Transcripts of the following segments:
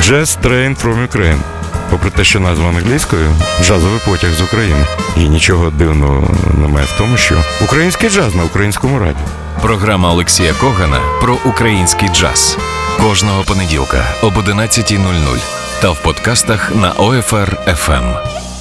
Jazz Train from Ukraine. Попри те, що назва англійською, джазовий потяг з України. І нічого дивного немає в тому, що український джаз на українському радіо. Програма Олексія Когана про український джаз. Кожного понеділка об 11:00 та в подкастах на OFR FM.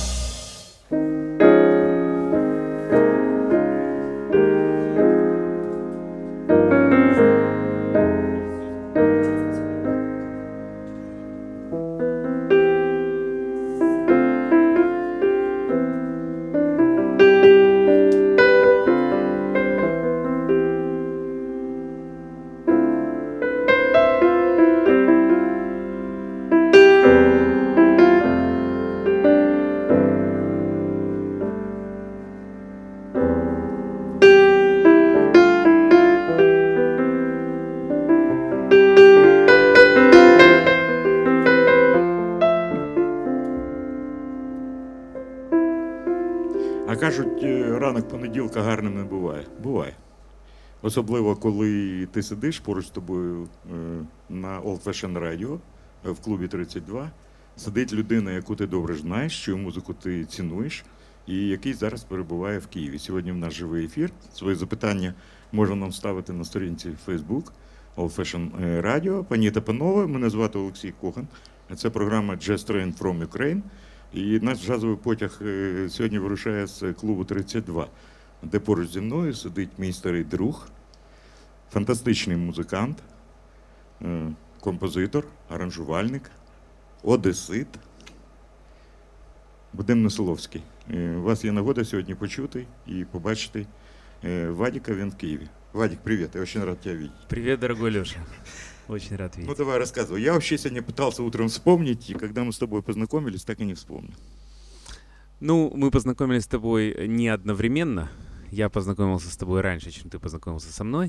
А кажуть, ранок понеділка гарним не буває. Буває. Особливо, коли ти сидиш поруч з тобою на Old Fashion Radio в клубі 32, сидить людина, яку ти добре знаєш, чию музику ти цінуєш, і який зараз перебуває в Києві. Сьогодні в нас живий ефір. Свої запитання можна нам ставити на сторінці Facebook Old Fashion Radio. Пані та панове, мене звати Олексій Коган. Це програма Jazz Train from Ukraine. І наш джазовий потяг сьогодні вирушає з клубу 32, де поруч зі мною сидить мій старий друг, фантастичний музикант, композитор, аранжувальник, одесит Вадим Несоловський. У вас є нагода сьогодні почути и побачити Вадика, він в Киеве. Вадик, привет, я очень рад тебя видеть. Привет, дорогой Леша. Очень рад видеть. Ну давай рассказывай. Я вообще сегодня пытался утром вспомнить, и когда мы с тобой познакомились, так и не вспомнил. Ну, мы познакомились с тобой не одновременно. Я познакомился с тобой раньше, чем ты познакомился со мной.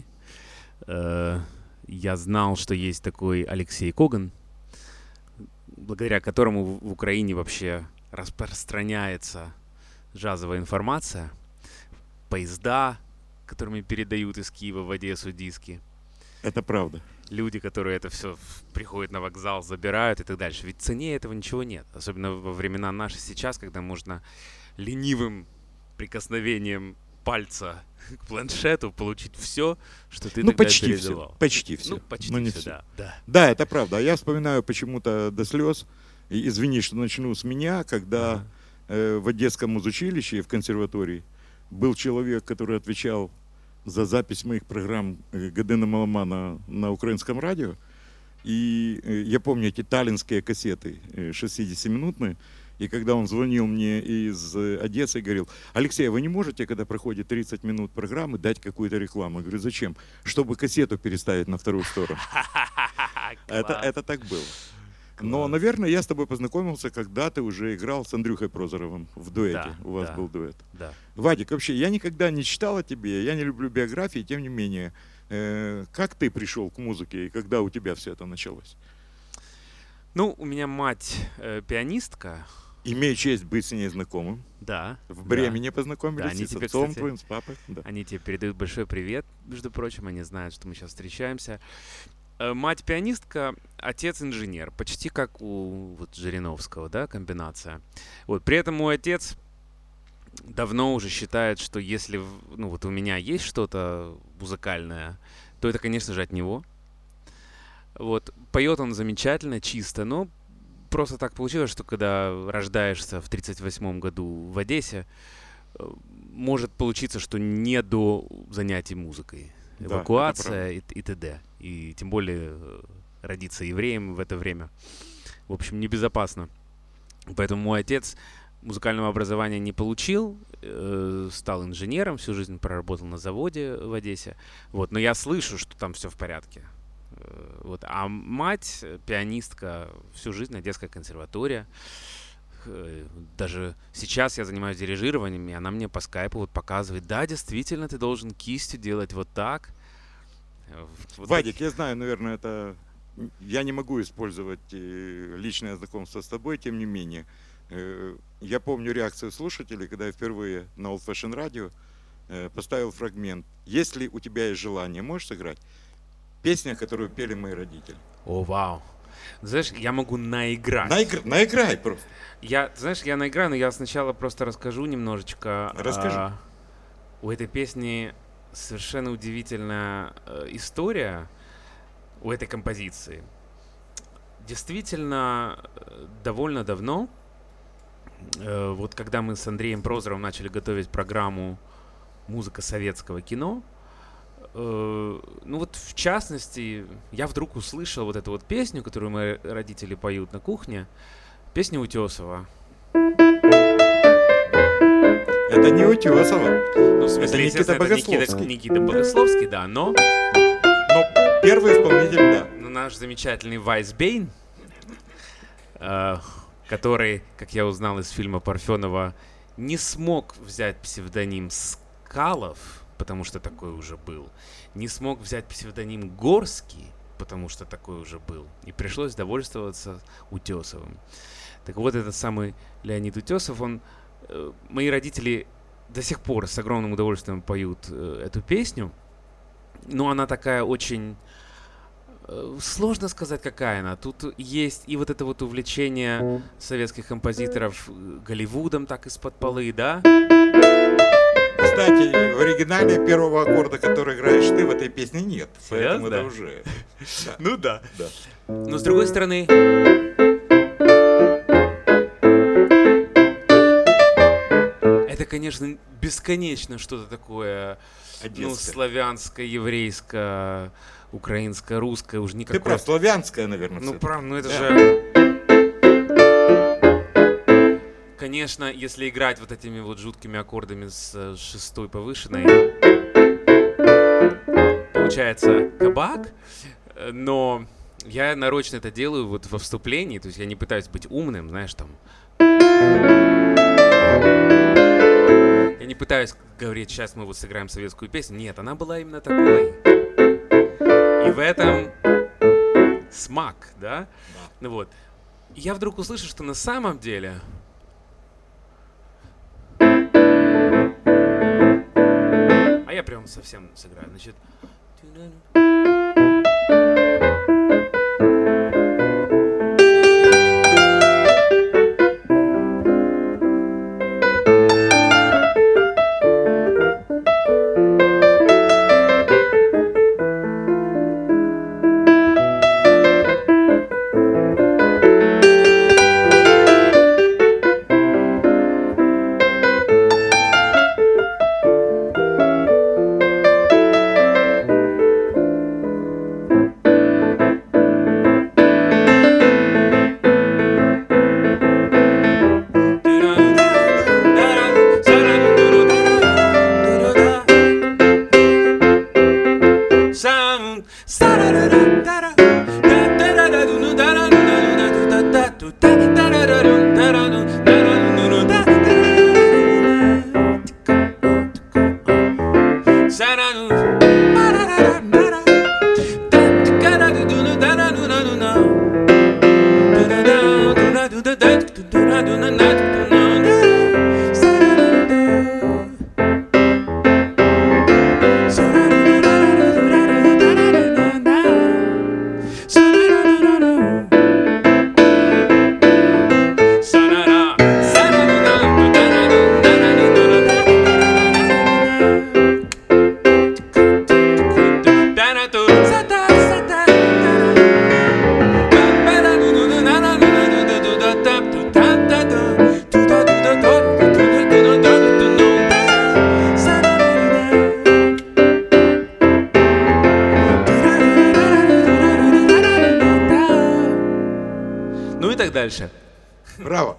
Я знал, что есть такой Алексей Коган, благодаря которому в Украине вообще распространяется джазовая информация, поезда, которыми передают из Киева в Одессу диски. Это правда. Люди, которые это все приходят на вокзал, забирают и так дальше. Ведь цене этого ничего нет. Особенно во времена наши сейчас, когда можно ленивым прикосновением пальца к планшету получить все, что ты тогда передавал. Почти все. Ну, почти все, да. Да, это правда. А я вспоминаю почему-то до слез, и извини, что начну с меня, когда в Одесском музучилище, в консерватории, был человек, который отвечал за запись моих программ «Година Меломана» на украинском радио. И я помню эти таллинские кассеты 60-минутные. И когда он звонил мне из Одессы и говорил: Алексей, вы не можете, когда проходит 30 минут программы, дать какую-то рекламу? Я говорю: зачем? Чтобы кассету переставить на вторую сторону. Это так было. Но, наверное, я с тобой познакомился, когда ты уже играл с Андрюхой Прозоровым в дуэте. Да, у вас был дуэт. Да. Вадик, вообще, я никогда не читал о тебе, я не люблю биографии, тем не менее. Как ты пришел к музыке и когда у тебя все это началось? Ну, у меня мать пианистка. Имею честь быть с ней знакомым. Да. В Бремени познакомились, да, они с тебе, отцом кстати, твоим, с папой. Да. Они тебе передают большой привет, между прочим, они знают, что мы сейчас встречаемся. Мать пианистка, отец инженер, почти как у вот Жириновского, да, комбинация. Вот, при этом мой отец давно уже считает, что если, ну, вот у меня есть что-то музыкальное, то это, конечно же, от него. Вот, поет он замечательно, чисто, но просто так получилось, что когда рождаешься в 1938 году в Одессе, может получиться, что не до занятий музыкой. Эвакуация и т.д. И тем более родиться евреем в это время, в общем, небезопасно. Поэтому мой отец музыкального образования не получил, стал инженером, всю жизнь проработал на заводе в Одессе. Вот, но я слышу, что там все в порядке. Вот. А мать, пианистка, всю жизнь Одесская консерватория. Даже сейчас я занимаюсь дирижированием, и она мне по скайпу вот показывает: да, действительно, ты должен кистью делать вот так. Вот Вадик, я знаю, наверное, это... Я не могу использовать личное знакомство с тобой, тем не менее. Я помню реакцию слушателей, когда я впервые на Old Fashion Radio поставил фрагмент. Если у тебя есть желание, можешь сыграть? Песня, которую пели мои родители. О, вау. Знаешь, я могу наиграть. Наиграй просто. Я наиграю, но я сначала просто расскажу немножечко. Расскажи. У этой песни совершенно удивительная история, у этой композиции. Действительно, довольно давно, вот когда мы с Андреем Прозоровым начали готовить программу «Музыка советского кино», ну вот в частности, я вдруг услышал вот эту вот песню, которую мои родители поют на кухне, песню Утесова. Это не Утесова. Ну, в смысле, Это Никита естественно, Богословский. Никита Богословский, да, но Первый исполнитель, да. наш замечательный Вайсбейн, который, как я узнал из фильма Парфенова, не смог взять псевдоним Скалов, потому что такой уже был, не смог взять псевдоним Горский, потому что такой уже был, и пришлось довольствоваться Утесовым. Так вот, этот самый Леонид Утесов, мои родители до сих пор с огромным удовольствием поют эту песню, но она такая очень... Сложно сказать, какая она. Тут есть и вот это вот увлечение советских композиторов Голливудом так из-под полы, да? Кстати, в оригинале первого аккорда, который играешь ты, в этой песне нет. Поэтому Серьезно? это уже... Да. Ну да. Да. Но с другой стороны... Это, конечно, бесконечно что-то такое, ну, Одесское. славянское, еврейское, украинское, русское, уже Ты никакое... прав, славянская, наверное. Ну, всё-таки. правда, ну это Да. же... Конечно, если играть вот этими вот жуткими аккордами с шестой повышенной, получается кабак, но я нарочно это делаю вот во вступлении, то есть я не пытаюсь быть умным, знаешь, там... Я не пытаюсь говорить, сейчас мы вот сыграем советскую песню. Нет, она была именно такой. И в этом смак, да? Ну вот. И я вдруг услышал, что на самом деле... А я прям совсем сыграю. Значит... Дальше. Браво.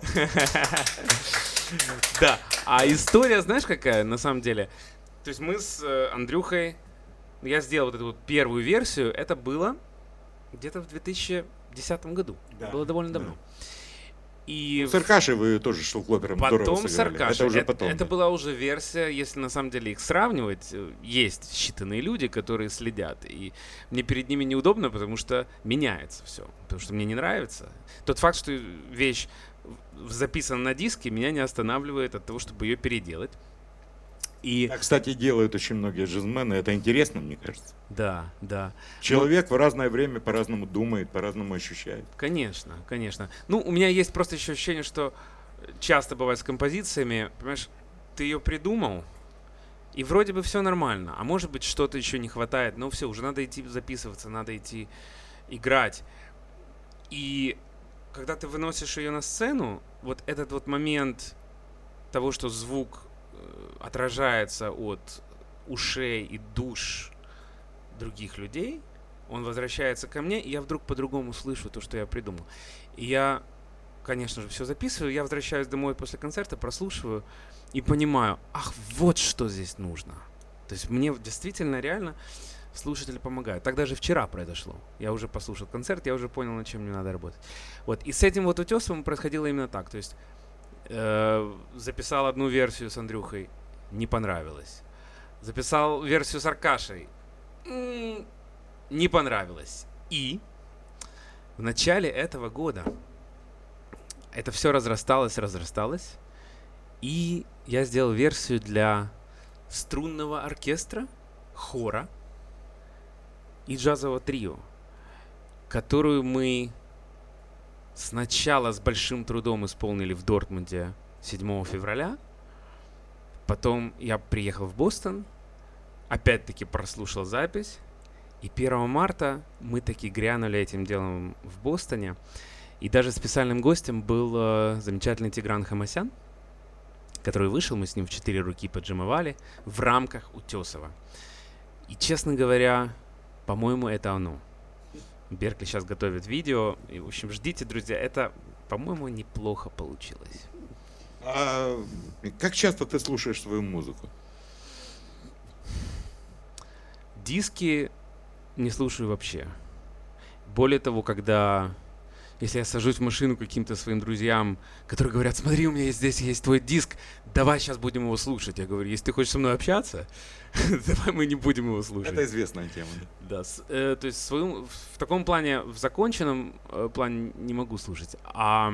Да. А история, знаешь, какая на самом деле? То есть мы с Андрюхой, я сделал вот эту вот первую версию, это было где-то в 2010 году. Да. Было довольно давно. Да. И С Аркашей вы тоже с Шелклопером здорово потом с сыграли. Аркашей. Это уже потом. Это да. была уже версия, если на самом деле их сравнивать, есть считанные люди, которые следят. И мне перед ними неудобно, потому что меняется все. Потому что мне не нравится. Тот факт, что вещь записана на диске, меня не останавливает от того, чтобы ее переделать. И Так, кстати, делают очень многие джазмены. Это интересно, мне кажется. да, да. Человек в разное время по-разному думает, по-разному ощущает. Конечно, конечно. Ну, у меня есть просто еще ощущение, что часто бывает с композициями, понимаешь, ты ее придумал, и вроде бы все нормально, а может быть что-то еще не хватает, но все, уже надо идти записываться, надо идти играть. И когда ты выносишь ее на сцену, вот этот вот момент того, что звук отражается от ушей и душ других людей, он возвращается ко мне, и я вдруг по-другому слышу то, что я придумал. И я, конечно же, все записываю, я возвращаюсь домой после концерта, прослушиваю и понимаю, ах, вот что здесь нужно. То есть мне действительно реально слушатели помогают. Так даже вчера произошло. Я уже послушал концерт, я уже понял, над чем мне надо работать. Вот. И с этим вот утесом происходило именно так. То есть записал одну версию с Андрюхой, не понравилось. Записал версию с Аркашей, не понравилось. И в начале этого года это все разрасталось. И я сделал версию для струнного оркестра, хора и джазового трио, которую мы сначала с большим трудом исполнили в Дортмунде 7 февраля. Потом я приехал в Бостон, опять-таки прослушал запись. И 1 марта мы таки грянули этим делом в Бостоне. И даже специальным гостем был замечательный Тигран Хамасян, который вышел, мы с ним в 4 руки поджимовали в рамках Утесова. И, честно говоря, по-моему, это оно. Беркли сейчас готовит видео. И, в общем, ждите, друзья. Это, по-моему, неплохо получилось. А как часто ты слушаешь свою музыку? Диски не слушаю вообще. Более того, если я сажусь в машину к каким-то своим друзьям, которые говорят, смотри, у меня здесь есть твой диск, давай сейчас будем его слушать. Я говорю, если ты хочешь со мной общаться, давай мы не будем его слушать. Это известная тема. Да, то есть в таком плане, в законченном плане не могу слушать. А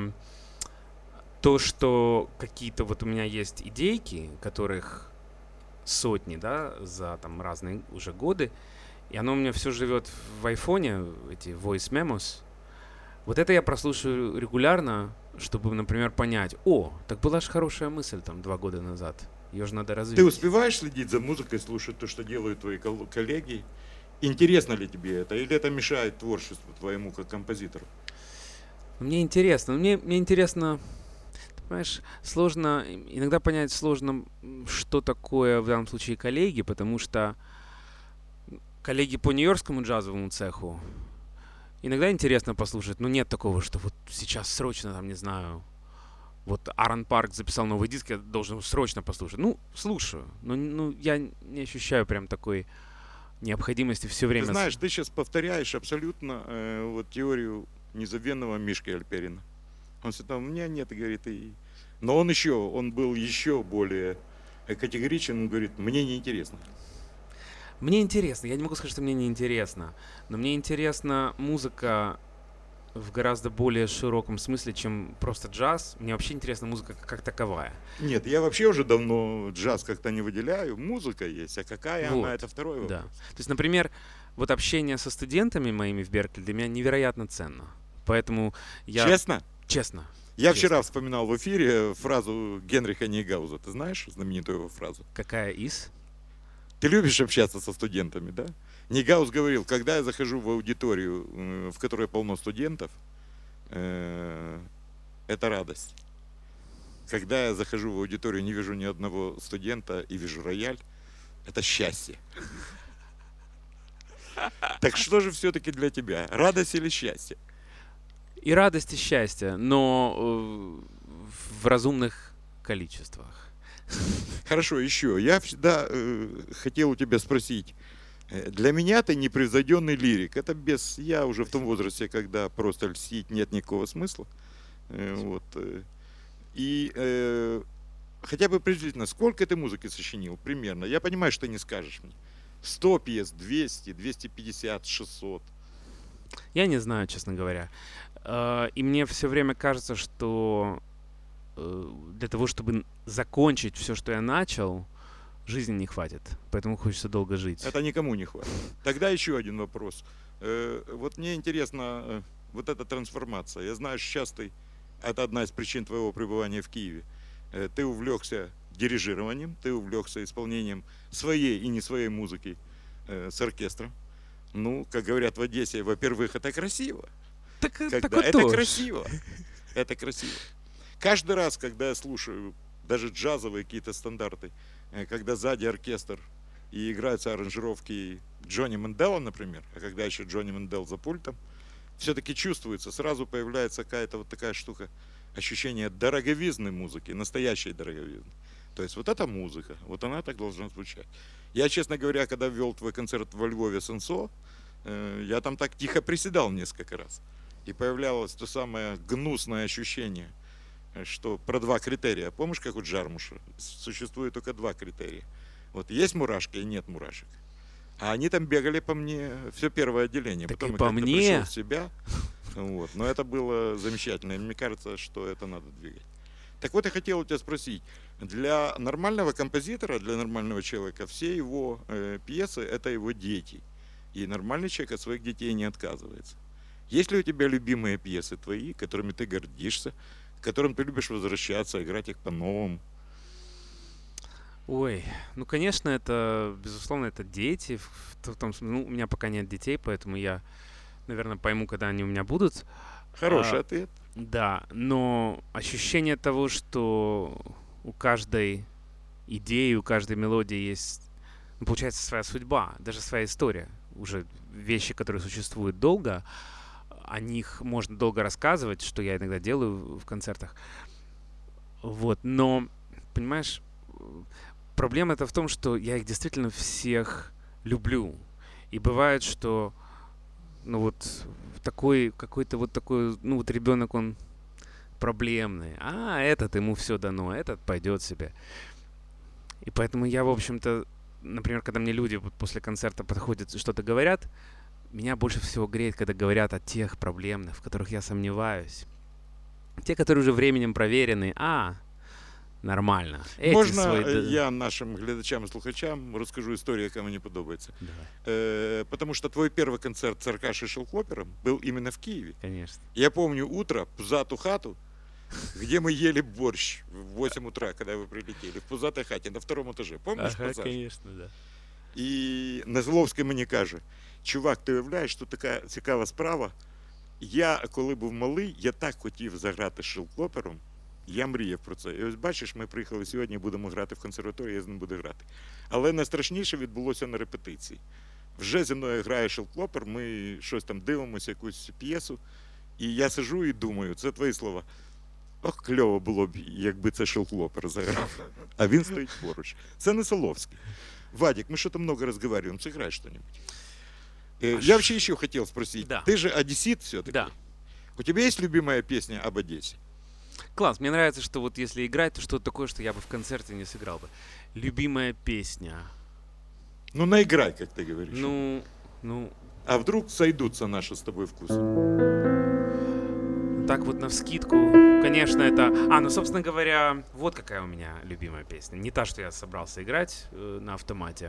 то, что какие-то вот у меня есть идейки, которых сотни, да, за там разные уже годы, и оно у меня все живет в айфоне, эти voice memos. Вот это я прослушиваю регулярно, чтобы, например, понять, так была же хорошая мысль там 2 года назад, ее же надо развить. Ты успеваешь следить за музыкой, слушать то, что делают твои коллеги? Интересно ли тебе это? Или это мешает творчеству твоему как композитору? Мне интересно. Мне интересно, ты понимаешь, иногда понять сложно, что такое в данном случае коллеги, потому что коллеги по нью-йоркскому джазовому цеху, иногда интересно послушать, но нет такого, что вот сейчас срочно, там, не знаю, вот Аарон Парк записал новый диск, я должен срочно послушать. Ну, слушаю, но я не ощущаю прям такой необходимости все время. Ты знаешь, ты сейчас повторяешь абсолютно вот теорию незабвенного Мишки Альперина. Он всегда, у меня нет, говорит, но он был еще более категоричен, он говорит, мне неинтересно. Мне интересно, я не могу сказать, что мне не интересно, но мне интересна музыка в гораздо более широком смысле, чем просто джаз. Мне вообще интересна музыка как таковая. Нет, я вообще уже давно джаз как-то не выделяю. Музыка есть, а какая вот, она, это второй вопрос. Да. То есть, например, вот общение со студентами моими в Беркли для меня невероятно ценно. Поэтому я... Честно? Честно. Я вчера вспоминал в эфире фразу Генриха Нейгауза. Ты знаешь знаменитую его фразу? Какая из? Ты любишь общаться со студентами, да? Нейгауз говорил, когда я захожу в аудиторию, в которой полно студентов, это радость. Когда я захожу в аудиторию, не вижу ни одного студента и вижу рояль, это счастье. Так что же все-таки для тебя? Радость или счастье? И радость, и счастье, но в разумных количествах. Хорошо, еще. Я всегда хотел у тебя спросить. Для меня ты непревзойденный лирик. Это я уже в том возрасте, когда просто льстить нет никакого смысла. Вот. И хотя бы приблизительно, сколько ты музыки сочинил примерно? Я понимаю, что ты не скажешь мне. 100 пьес, 200, 250, 600. Я не знаю, честно говоря. И мне все время кажется, что для того, чтобы закончить все, что я начал, жизни не хватит, поэтому хочется долго жить. Это никому не хватит. Тогда еще один вопрос. Вот мне интересно, вот эта трансформация. Я знаю, что сейчас это одна из причин твоего пребывания в Киеве. Ты увлекся дирижированием, ты увлекся исполнением своей и не своей музыки с оркестром. Ну, как говорят в Одессе, во-первых, это красиво. Так Это вот красиво. Это красиво. Каждый раз, когда я слушаю даже джазовые какие-то стандарты, когда сзади оркестр и играются аранжировки Джонни Мендела, например, а когда еще Джонни Мендел за пультом, все-таки чувствуется, сразу появляется какая-то вот такая штука, ощущение дороговизны музыки, настоящей дороговизны. То есть вот эта музыка, вот она так должна звучать. Я, честно говоря, когда вел твой концерт во Львове Сенсо, я там так тихо приседал несколько раз. И появлялось то самое гнусное ощущение, что про два критерия. Помнишь, как у Джармуша? Существует только два критерия. Вот есть мурашки и нет мурашек. А они там бегали по мне все первое отделение. Так потом и по я как-то мне. пришел в себя. Вот. Но это было замечательно. И мне кажется, что это надо двигать. Так вот, я хотел у тебя спросить. Для нормального композитора, для нормального человека, все его пьесы – это его дети. И нормальный человек от своих детей не отказывается. Есть ли у тебя любимые пьесы твои, которыми ты гордишься, к которым ты любишь возвращаться, играть их по-новому? Ой, ну, конечно, это, безусловно, это дети. В том смысле, ну, у меня пока нет детей, поэтому я, наверное, пойму, когда они у меня будут. Хороший ответ. Да, но ощущение того, что у каждой идеи, у каждой мелодии есть, ну, получается, своя судьба, даже своя история. Уже вещи, которые существуют долго, о них можно долго рассказывать, что я иногда делаю в концертах. Вот, но, понимаешь, проблема-то в том, что я их действительно всех люблю. И бывает, что, ну вот, такой, какой-то вот такой, ну вот ребенок, он проблемный. А этот ему все дано, этот пойдет себе. И поэтому я, в общем-то, например, когда мне люди вот после концерта подходят и что-то говорят, меня больше всего греет, когда говорят о тех проблемных, в которых я сомневаюсь. Те, которые уже временем проверены. Нормально. Эти Можна свої... я нашим глядачам і слухачам розкажу історію, яка мені подобається? Давай, Потому что твой первый концерт с Аркашей Шелклопером был именно в Киеве. конечно. Я помню утро, пузатую хату, где мы ели борщ в 8 утра, когда вы прилетели, в пузатой хаті на втором этаже. Помнишь пассаж? конечно, да. І Незловський мені каже: чувак, ти уявляєш, тут така цікава справа. Я, коли був малий, я так хотів заграти з Шелклопером, я мріяв про це. І ось бачиш, ми приїхали сьогодні, будемо грати в консерваторії, я з ним буду грати. Але найстрашніше відбулося на репетиції. Вже зі мною грає Шелклопер, ми щось там дивимося, якусь п'єсу, і я сиджу і думаю, це твої слова. Ох, кльово було б, якби це Шелклопер заграв. А він стоїть поруч. Це не Соловський. Вадик, мы что-то много разговариваем, сыграй что-нибудь. Я вообще еще хотел спросить, Да. ты же одессит все-таки. Да. У тебя есть любимая песня об Одессе? Класс, мне нравится, что вот если играть, то что-то такое, что я бы в концерте не сыграл бы. Любимая песня. Ну, наиграй, как ты говоришь. Ну, А вдруг сойдутся наши с тобой вкусы? так вот навскидку, конечно, это... ну, собственно говоря, вот какая у меня любимая песня. Не та, что я собрался играть на автомате.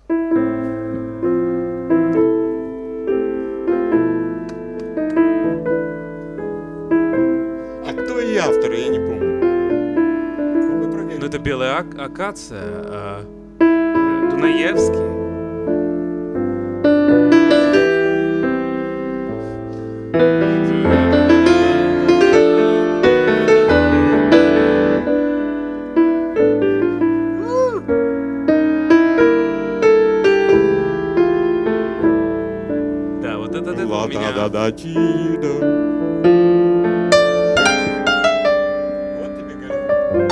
А кто и автор, я не помню. Ну, мы проверим. Ну, это «Белая акация», Дунаевский. Да, вот это у меня... Ла-да-да-да-ти-да. Вот тебе говорю.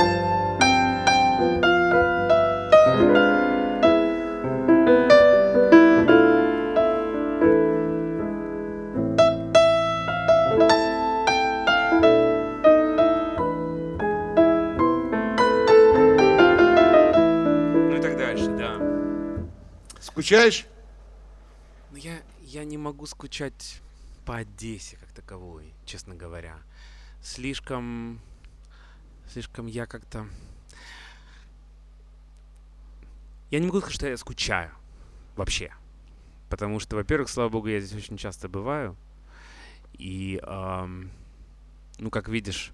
Ну и так дальше, да. Скучаешь? Но я не могу скучать по Одессе как таковой, честно говоря. Слишком я как-то... Я не могу сказать, что я скучаю вообще. Потому что, во-первых, слава богу, я здесь очень часто бываю. И, ну, как видишь,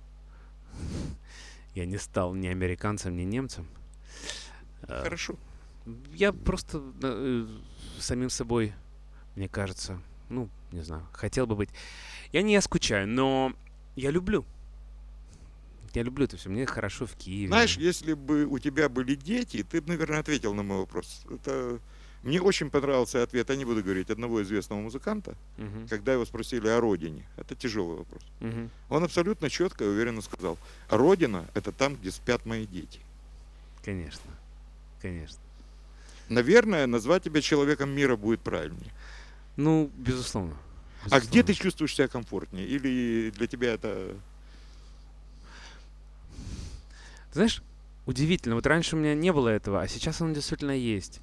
я не стал ни американцем, ни немцем. Хорошо. Я просто самим собой, мне кажется, ну, не знаю, хотел бы быть. Я не скучаю, но я люблю. Я люблю это все. Мне хорошо в Киеве. Знаешь, если бы у тебя были дети, ты бы, наверное, ответил на мой вопрос. Мне очень понравился ответ, я не буду говорить, одного известного музыканта, Мгм. когда его спросили о родине. Это тяжелый вопрос. Мгм. Он абсолютно четко и уверенно сказал: родина — это там, где спят мои дети. Конечно. Конечно. Наверное, назвать тебя человеком мира будет правильнее. Ну, безусловно. А где ты Безусловно. чувствуешь себя комфортнее? Или для тебя это... Знаешь, удивительно. Вот раньше у меня не было этого, а сейчас оно действительно есть.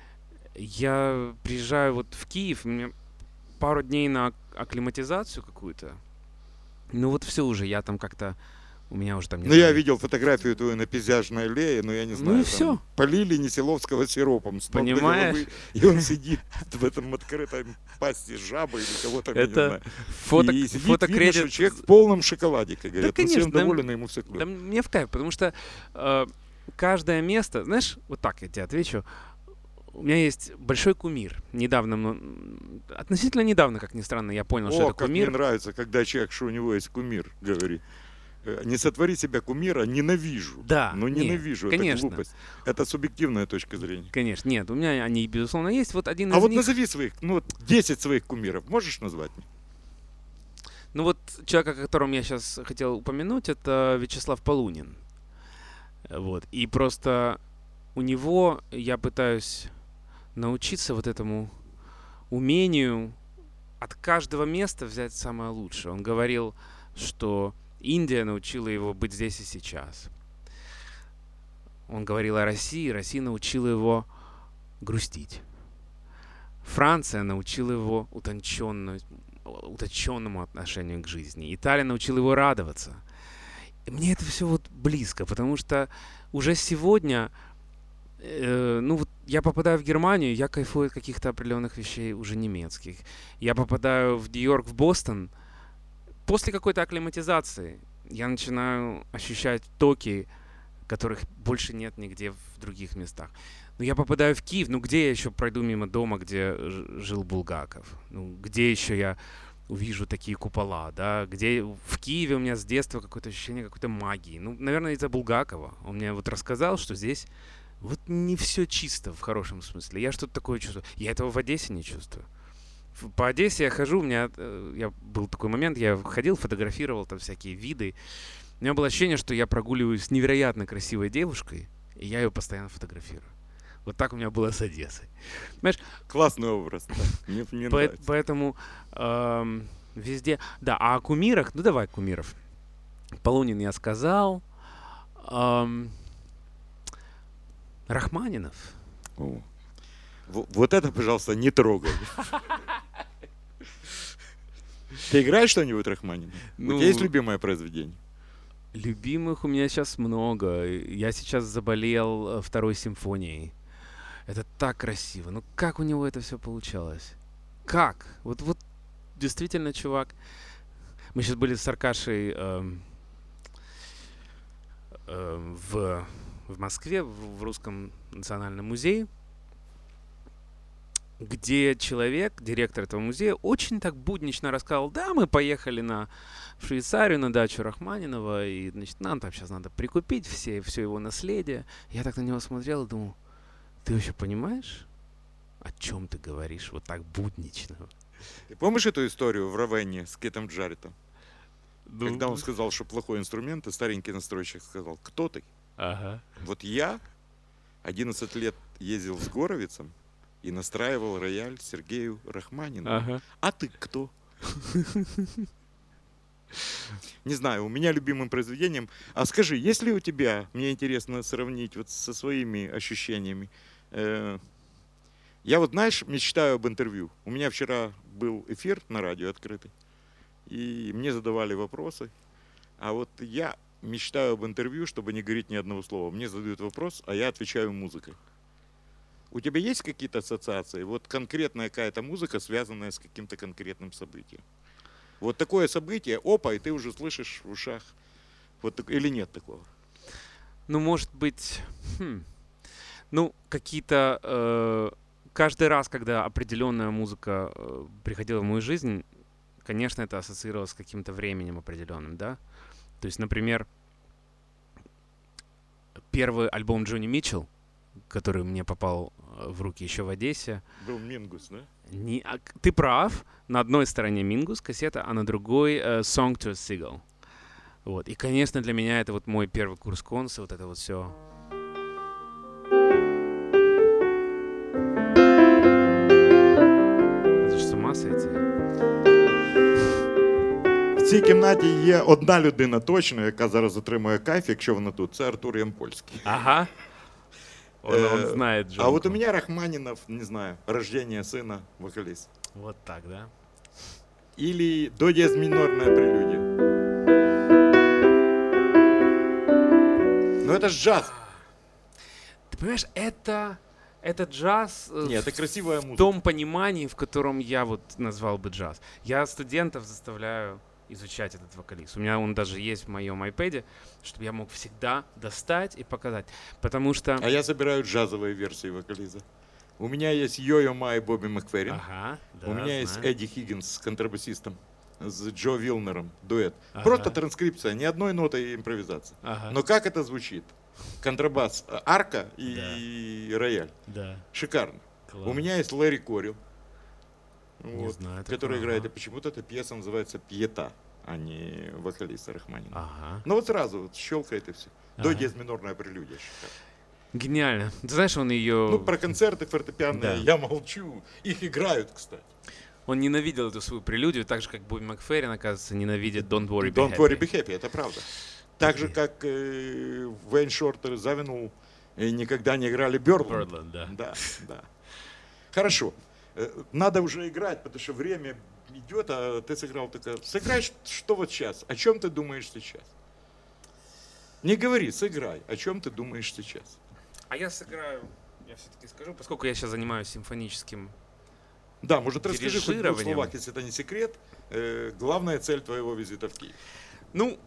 Я приезжаю вот в Киев, мне пару дней на акклиматизацию какую-то. Ну вот все уже, я там как-то... У меня уже там не Ну, я знаю. видел фотографию твою на Пейзажной аллее, но я не Ну знаю, и там всё. полили Неселовского сиропом с ног до Понимаешь? головы, и он сидит в этом открытом пасти жабы или кого-то, я не Это знаю. фото, И сидит, видно, фотокредит. что человек в полном шоколаде, как говорят. Он конечно, всем доволен, и ему все клёво. Да мне в кайф, потому что каждое место, знаешь, вот так я тебе отвечу. У меня есть большой кумир. Недавно, относительно недавно, как ни странно, я понял, что О, это как мне кумир. нравится, когда человек, что у него есть кумир, говорит. Не сотвори себя кумира, ненавижу. Да, Ну, нет, ненавижу, это конечно. глупость. Это субъективная точка зрения. Конечно, нет, у меня они, безусловно, есть. Вот один из А вот них... назови своих, ну вот 10 своих кумиров, можешь назвать мне? Ну вот человек, о котором я сейчас хотел упомянуть, это Вячеслав Полунин. Вот. И просто у него я пытаюсь научиться вот этому умению от каждого места взять самое лучшее. Он говорил, что Индия научила его быть здесь и сейчас. Он говорил о России, Россия научила его грустить. Франция научила его утонченному отношению к жизни. Италия научила его радоваться. И мне это все вот близко, потому что уже сегодня, ну вот я попадаю в Германию, я кайфую от каких-то определенных вещей уже немецких. Я попадаю в Нью-Йорк, в Бостон. После какой-то акклиматизации я начинаю ощущать токи, которых больше нет нигде в других местах. Но я попадаю в Киев, ну где я еще пройду мимо дома, где жил Булгаков? Ну где еще я увижу такие купола, да? Где в Киеве у меня с детства какое-то ощущение какой-то магии. Ну, наверное, из-за Булгакова. Он мне вот рассказал, что здесь вот не все чисто в хорошем смысле. Я что-то такое чувствую. Я этого в Одессе не чувствую. По Одессе я хожу, у меня был такой момент, я ходил, фотографировал там всякие виды. У меня было ощущение, что я прогуливаюсь с невероятно красивой девушкой, и я ее постоянно фотографирую. Вот так у меня было с Одессой. Понимаешь? Классный образ. Да. Мне нравится. Поэтому везде... Да, а о кумирах... Ну, давай кумиров. Полунин я сказал. Рахманинов. О. Вот это, пожалуйста, не трогай. Ты играешь что-нибудь Рахманинова? У Ну, тебя есть любимое произведение? любимых у меня сейчас много. Я сейчас заболел второй симфонией. Это так красиво. Ну как у него это все получалось? Как? Вот действительно, чувак. Мы сейчас были с Аркашей в Москве, в Русском национальном музее, где человек, директор этого музея, очень так буднично рассказывал: да, мы поехали в Швейцарию на дачу Рахманинова, и, значит, нам там сейчас надо прикупить все его наследие. Я так на него смотрел и думал: ты вообще понимаешь, о чем ты говоришь вот так буднично? Ты помнишь эту историю в Равенне с Кетом Джарретом? Ну, Когда он сказал, что плохой инструмент, и старенький настройщик сказал: кто ты? Ага. Вот я 11 лет ездил с Горовицем и настраивал рояль Сергею Рахманину. Ага. А ты кто? Не знаю, у меня любимым произведением. А скажи, есть ли у тебя, мне интересно сравнить вот со своими ощущениями. Я вот, знаешь, мечтаю об интервью. У меня вчера был эфир на радио открытый, и мне задавали вопросы. А вот я мечтаю об интервью, чтобы не говорить ни одного слова. Мне задают вопрос, а я отвечаю музыкой. У тебя есть какие-то ассоциации? Вот конкретная какая-то музыка, связанная с каким-то конкретным событием. Вот такое событие, опа, и ты уже слышишь в ушах. Вот или нет такого? Ну, может быть, ну, какие-то... каждый раз, когда определенная музыка приходила в мою жизнь, конечно, это ассоциировалось с каким-то временем определенным, да? То есть, например, первый альбом Джонни Митчелл, который мне попал в руки еще в Одессе. Был Мингус, да? Ты прав. На одной стороне Мингус кассета, а на другой Song to a Seagull. Вот. И, конечно, для меня это вот мой первый курс конса, вот это вот все. Это ж с ума сойти. В цій кімнаті є одна людина точно, яка зараз отримує кайф, якщо вона тут. Це Артур Ямпольський. Ага. Он знает Джонку. А вот у меня Рахманинов, не знаю, рождение сына, вокалист. Вот так, да? Или до диез минорная прелюдия. Но это ж джаз. Ты понимаешь, это джаз Нет, это красивая музыка. в том понимании, в котором я вот назвал бы джаз. Я студентов заставляю изучать этот вокалист. У меня он даже есть в моем iPad, чтобы я мог всегда достать и показать. Потому что... А я собираю джазовые версии вокализа. У меня есть Йо-Йо Ма и Бобби Макферрин. Ага, да, У меня знаю. есть Эдди Хиггинс с контрабасистом, с Джо Вилнером, дуэт. Ага. Просто транскрипция, ни одной ноты и импровизация. Ага. Но как это звучит? Контрабас, арка и рояль. Да. Шикарно. Класс. У меня есть Лэри Корил, Не знаю который такого, играет, ага. и почему-то эта пьеса называется «Пьета», а не вокалиста Рахманинова. Ага. Ну вот сразу вот щелкает и все. До Ага. диез минорная прелюдия. Шикарно. Гениально. Ты знаешь, он ее... Ну, про концерты фортепианные Да. я молчу. Их играют, кстати. Он ненавидел эту свою прелюдию, так же, как Бобби Макферрин, оказывается, ненавидит Don't Worry, Be Don't Happy. worry, be happy, это правда. Так же, как Вейн Шортер и Завинул никогда не играли Бёрдланд. Birdland, да. Да, да. Хорошо. Надо уже играть, потому что время идет, а ты сыграл только... Сыграй, что вот сейчас. О чем ты думаешь сейчас? Не говори, сыграй. О чем ты думаешь сейчас? А я сыграю, я все-таки скажу, поскольку я сейчас занимаюсь симфоническим... Да, может, расскажи хоть в двух Дирижированием. словах, если это не секрет. Главная цель твоего визита в Киев. Ну,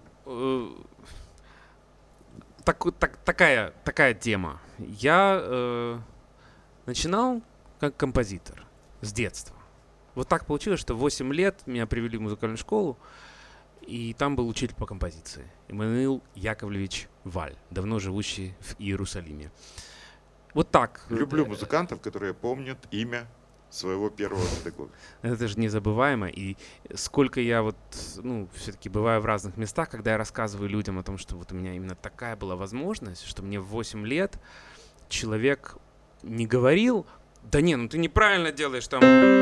такая тема. Я начинал как композитор с детства. Вот так получилось, что в 8 лет меня привели в музыкальную школу, и там был учитель по композиции. Эммануил Яковлевич Валь, давно живущий в Иерусалиме. Вот так. Люблю музыкантов, которые помнят имя своего первого педагога. Это же незабываемо. И сколько я вот, ну, все-таки бываю в разных местах, когда я рассказываю людям о том, что вот у меня именно такая была возможность, что мне в 8 лет человек не говорил: да не, ну ты неправильно делаешь там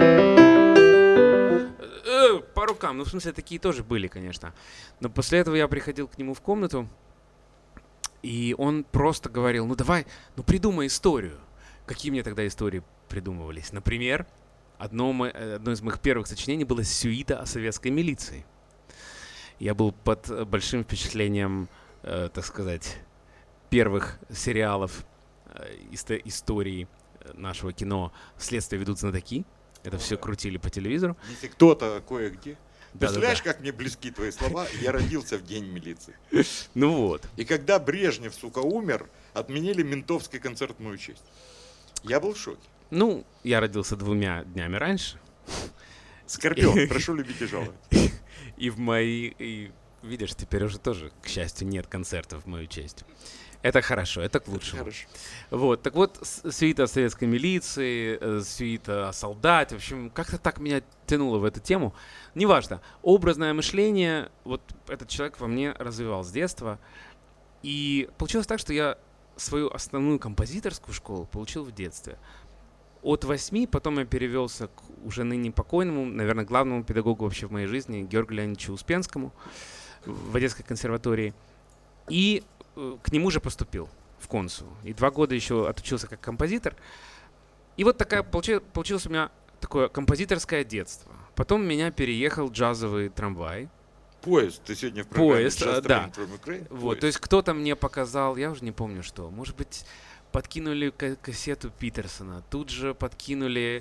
по рукам. Ну, в смысле, такие тоже были, конечно. Но после этого я приходил к нему в комнату, и он просто говорил: ну давай, ну придумай историю. Какие мне тогда истории придумывались? Например, одно из моих первых сочинений было сюита о советской милиции. Я был под большим впечатлением, так сказать, первых сериалов истории нашего кино «Следствие ведут знатоки». Это все крутили по телевизору. Если кто-то кое-где. Да-да-да. Представляешь, как мне близки твои слова? Я родился в день милиции. Ну вот. И когда Брежнев, сука, умер, отменили ментовский концерт в мою честь. Я был в шоке. Ну, я родился 2 днями раньше. Скорпион, прошу любить и жаловать. И видишь, теперь уже тоже, к счастью, нет концертов в мою честь. Это хорошо, это к лучшему. Хорошо. Вот, так вот, сюита о советской милиции, сюита о солдате, в общем, как-то так меня тянуло в эту тему. Неважно, образное мышление, вот этот человек во мне развивал с детства. И получилось так, что я свою основную композиторскую школу получил в детстве. От 8 потом я перевелся к уже ныне покойному, наверное, главному педагогу вообще в моей жизни, Георгию Леонидовичу Успенскому в Одесской консерватории. И к нему же поступил в консу. И 2 года еще отучился как композитор. И вот такая получилось у меня такое композиторское детство. Потом меня переехал джазовый трамвай. Поезд. Ты сегодня в программе Поезд, Just да. Train from Ukraine? Вот, Поезд. то есть кто-то мне показал, я уже не помню что, может быть, подкинули кассету Питерсона, тут же подкинули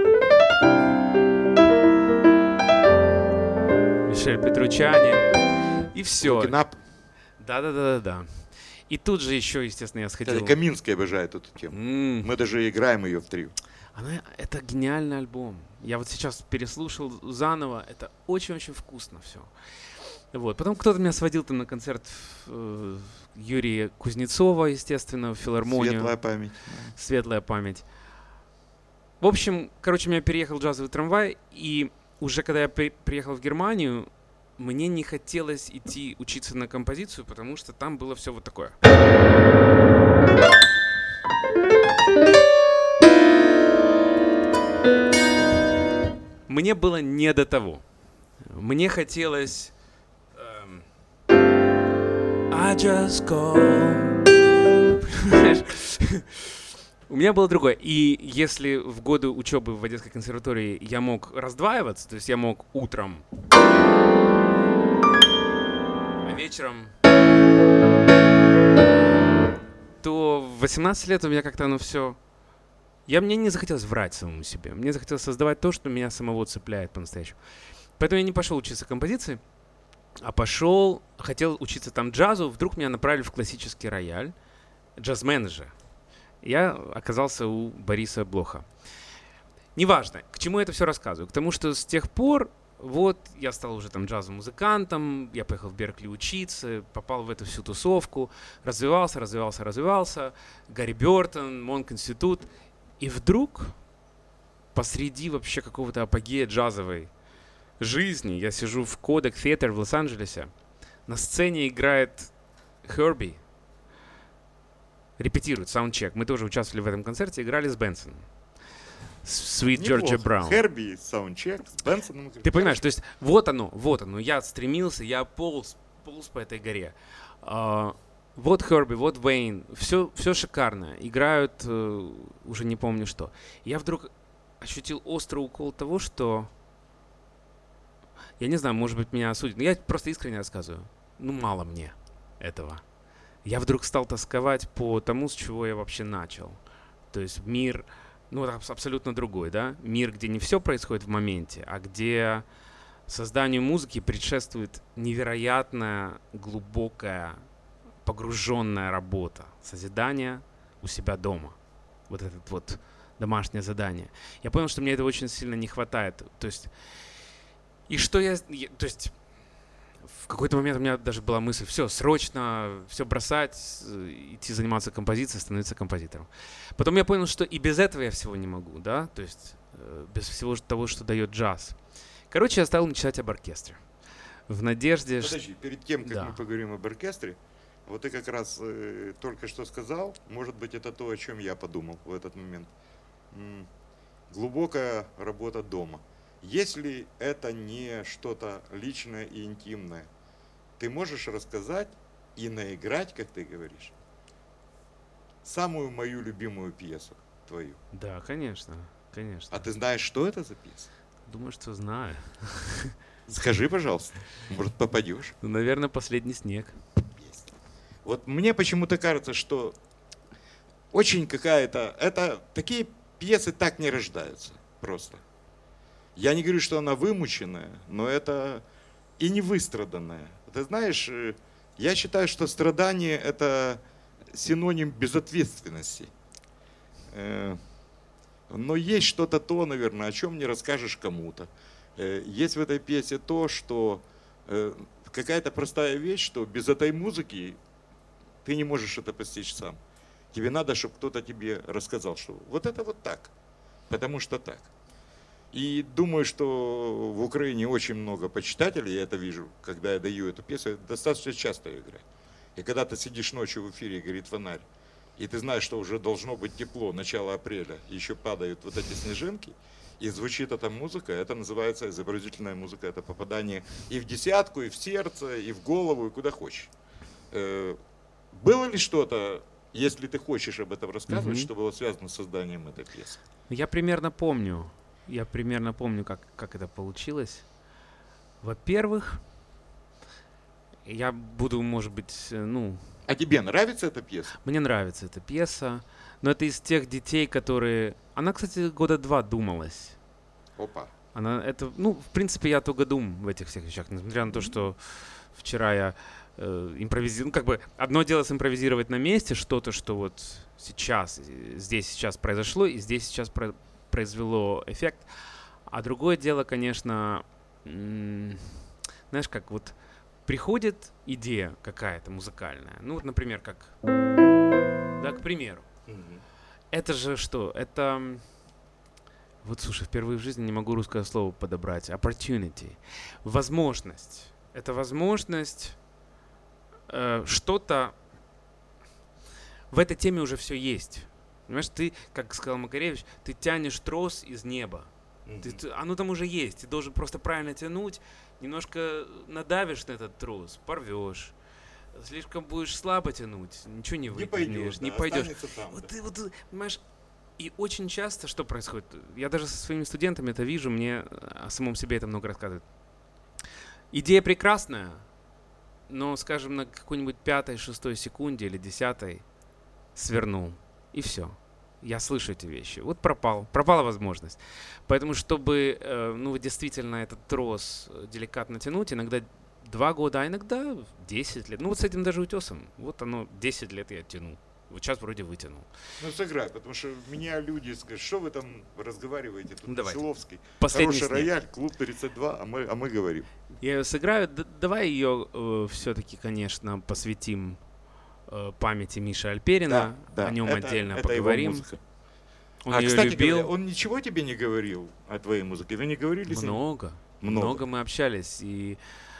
Мишель Петруччани, и все. Да. И тут же еще, естественно, я сходил... Кстати, Каминский обожает эту тему. Мы даже играем ее в трио. Это гениальный альбом. Я вот сейчас переслушал заново. Это очень-очень вкусно все. Вот. Потом кто-то меня сводил там на концерт Юрия Кузнецова, естественно, в филармонию. Светлая память. Светлая память. В общем, короче, меня переехал джазовый трамвай, и уже когда я приехал в Германию, мне не хотелось идти учиться на композицию, потому что там было все вот такое. Мне было не до того. Мне хотелось... I just go. У меня было другое. И если в годы учебы в Одесской консерватории я мог раздваиваться, то есть я мог утром, а вечером, то в 18 лет у меня как-то оно все... Мне не захотелось врать самому себе. Мне захотелось создавать то, что меня самого цепляет по-настоящему. Поэтому я не пошел учиться композиции, а хотел учиться там джазу. Вдруг меня направили в классический рояль, джаз-менеджер. Я оказался у Бориса Блоха. Неважно, к чему я это все рассказываю. К тому, что с тех пор вот я стал уже там джазовым музыкантом, я поехал в Беркли учиться, попал в эту всю тусовку, развивался. Гарри Бёртон, Монк-институт. И вдруг посреди вообще какого-то апогея джазовой жизни я сижу в Kodak Theater в Лос-Анджелесе. На сцене играет Херби. Репетирует саундчек. Мы тоже участвовали в этом концерте, играли с Бенсоном. Sweet Georgia Brown. Херби, саундчек с Бенсоном. Ты понимаешь, то есть вот оно. Я стремился, я полз по этой горе. Вот Херби, вот Вейн. Все шикарно. Играют уже не помню что. Я вдруг ощутил острый укол того, что... Я не знаю, может быть, меня осудят. Но я просто искренне рассказываю. Мало мне этого. Я вдруг стал тосковать по тому, с чего я вообще начал. То есть мир, абсолютно другой, да? Мир, где не все происходит в моменте, а где созданию музыки предшествует невероятная, глубокая, погруженная работа. Созидание у себя дома. Вот это вот домашнее задание. Я понял, что мне этого очень сильно не хватает. То есть, в какой-то момент у меня даже была мысль, все, срочно все бросать, идти заниматься композицией, становиться композитором. Потом я понял, что и без этого я всего не могу, да, то есть без всего того, что дает джаз. Короче, я стал мечтать об оркестре. В надежде... Подожди, перед тем, как мы поговорим об оркестре, вот ты как раз только что сказал, может быть, это то, о чем я подумал в этот момент. Глубокая работа дома. Если это не что-то личное и интимное, ты можешь рассказать и наиграть, как ты говоришь, самую мою любимую пьесу твою? Да, конечно. А ты знаешь, что это за пьеса? Думаю, что знаю. Скажи, пожалуйста, может, попадешь? Наверное, «Последний снег». Вот мне почему-то кажется, что очень такие пьесы так не рождаются просто. Я не говорю, что она вымученная, но это и не выстраданная. Ты знаешь, я считаю, что страдание – это синоним безответственности. Но есть что-то наверное, о чем не расскажешь кому-то. Есть в этой пьесе то, что какая-то простая вещь, что без этой музыки ты не можешь это постичь сам. Тебе надо, чтобы кто-то тебе рассказал, что вот это вот так, потому что так. И думаю, что в Украине очень много почитателей, я это вижу, когда я даю эту пьесу, я достаточно часто ее играю. И когда ты сидишь ночью в эфире, горит фонарь, и ты знаешь, что уже должно быть тепло, начало апреля, еще падают вот эти снежинки, и звучит эта музыка, это называется изобразительная музыка, это попадание и в десятку, и в сердце, и в голову, и куда хочешь. Было ли что-то, если ты хочешь об этом рассказывать, что было связано с созданием этой пьесы? Я примерно помню, как это получилось. Во-первых, Я буду, может быть, ну, А тебе нравится эта пьеса? мне нравится эта пьеса, но это из тех детей, которые... Она, кстати, года 2 думалась. Опа. Она это, ну, в принципе, я тугодум в этих всех вещах, несмотря на то, что вчера я импровизировал, ну, как бы, одно дело симпровизировать на месте что-то, что вот сейчас, здесь сейчас произошло, и здесь сейчас произвело эффект, а другое дело, конечно, знаешь, как вот приходит идея какая-то музыкальная, ну, вот, например, как, да, к примеру, это же что, это... Вот, слушай, впервые в жизни не могу русское слово подобрать. Opportunity. Возможность. Это возможность что-то... В этой теме уже все есть. Понимаешь, ты, как сказал Макаревич, ты тянешь трос из неба. Оно там уже есть. Ты должен просто правильно тянуть. Немножко надавишь на этот трос, порвешь. Слишком будешь слабо тянуть, ничего не вытянешь, не пойдешь. Вот ты, понимаешь, и очень часто что происходит? Я даже со своими студентами это вижу, мне о самом себе это много рассказывают. Идея прекрасная, но, скажем, на какой-нибудь 5-6 секунде или 10 свернул, и все. Я слышу эти вещи. Вот пропала возможность. Поэтому, чтобы, ну, действительно этот трос деликатно тянуть, иногда 2 года, а иногда 10 лет. Ну, вот с этим даже утесом. Вот оно, 10 лет я тяну. Вот сейчас вроде вытянул. Ну, сыграй, потому что меня люди скажут, что вы там разговариваете, тут Давайте. Силовский. Последний Хороший снег. рояль, клуб 32, а мы говорим. Я ее сыграю. Давай ее все-таки, конечно, посвятим памяти Миши Альперина. Да, О нем это отдельно его поговорим. музыка. Он ее кстати любил. говоря, он ничего тебе не говорил о твоей музыке? Вы не говорили с ним? Много мы общались. И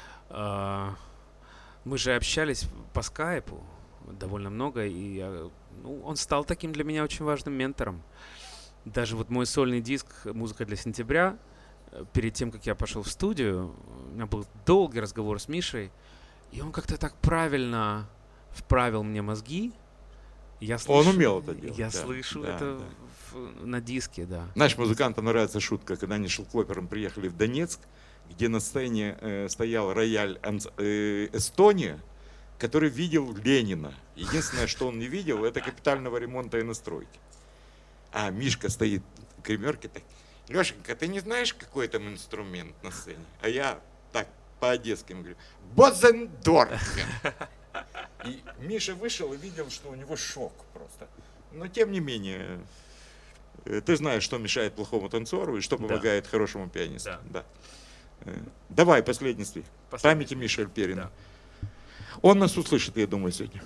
мы же общались по скайпу довольно много. И ну, он стал таким для меня очень важным ментором. Даже вот мой сольный диск «Музыка для сентября», перед тем, как я пошел в студию, у меня был долгий разговор с Мишей, и он как-то так правильно вправил мне мозги. Я слышу, Он умел это делать. Я да, слышу да, это да. на диске, да. Знаешь, музыкантам нравится шутка, когда они шелклопером приехали в Донецк, где на сцене стоял рояль Эстония, который видел Ленина. Единственное, что он не видел, это капитального ремонта и настройки. А Мишка стоит в гримерке так: Лешенька, ты не знаешь, какой там инструмент на сцене? А я так по-одесски говорю: Бозендорфен. И Миша вышел и видел, что у него шок просто. Но тем не менее, ты знаешь, что мешает плохому танцору и что помогает хорошему пианисту. Да. Давай, последний стих. Памяти Миши Альперина. Да. Он нас услышит, я думаю, сегодня.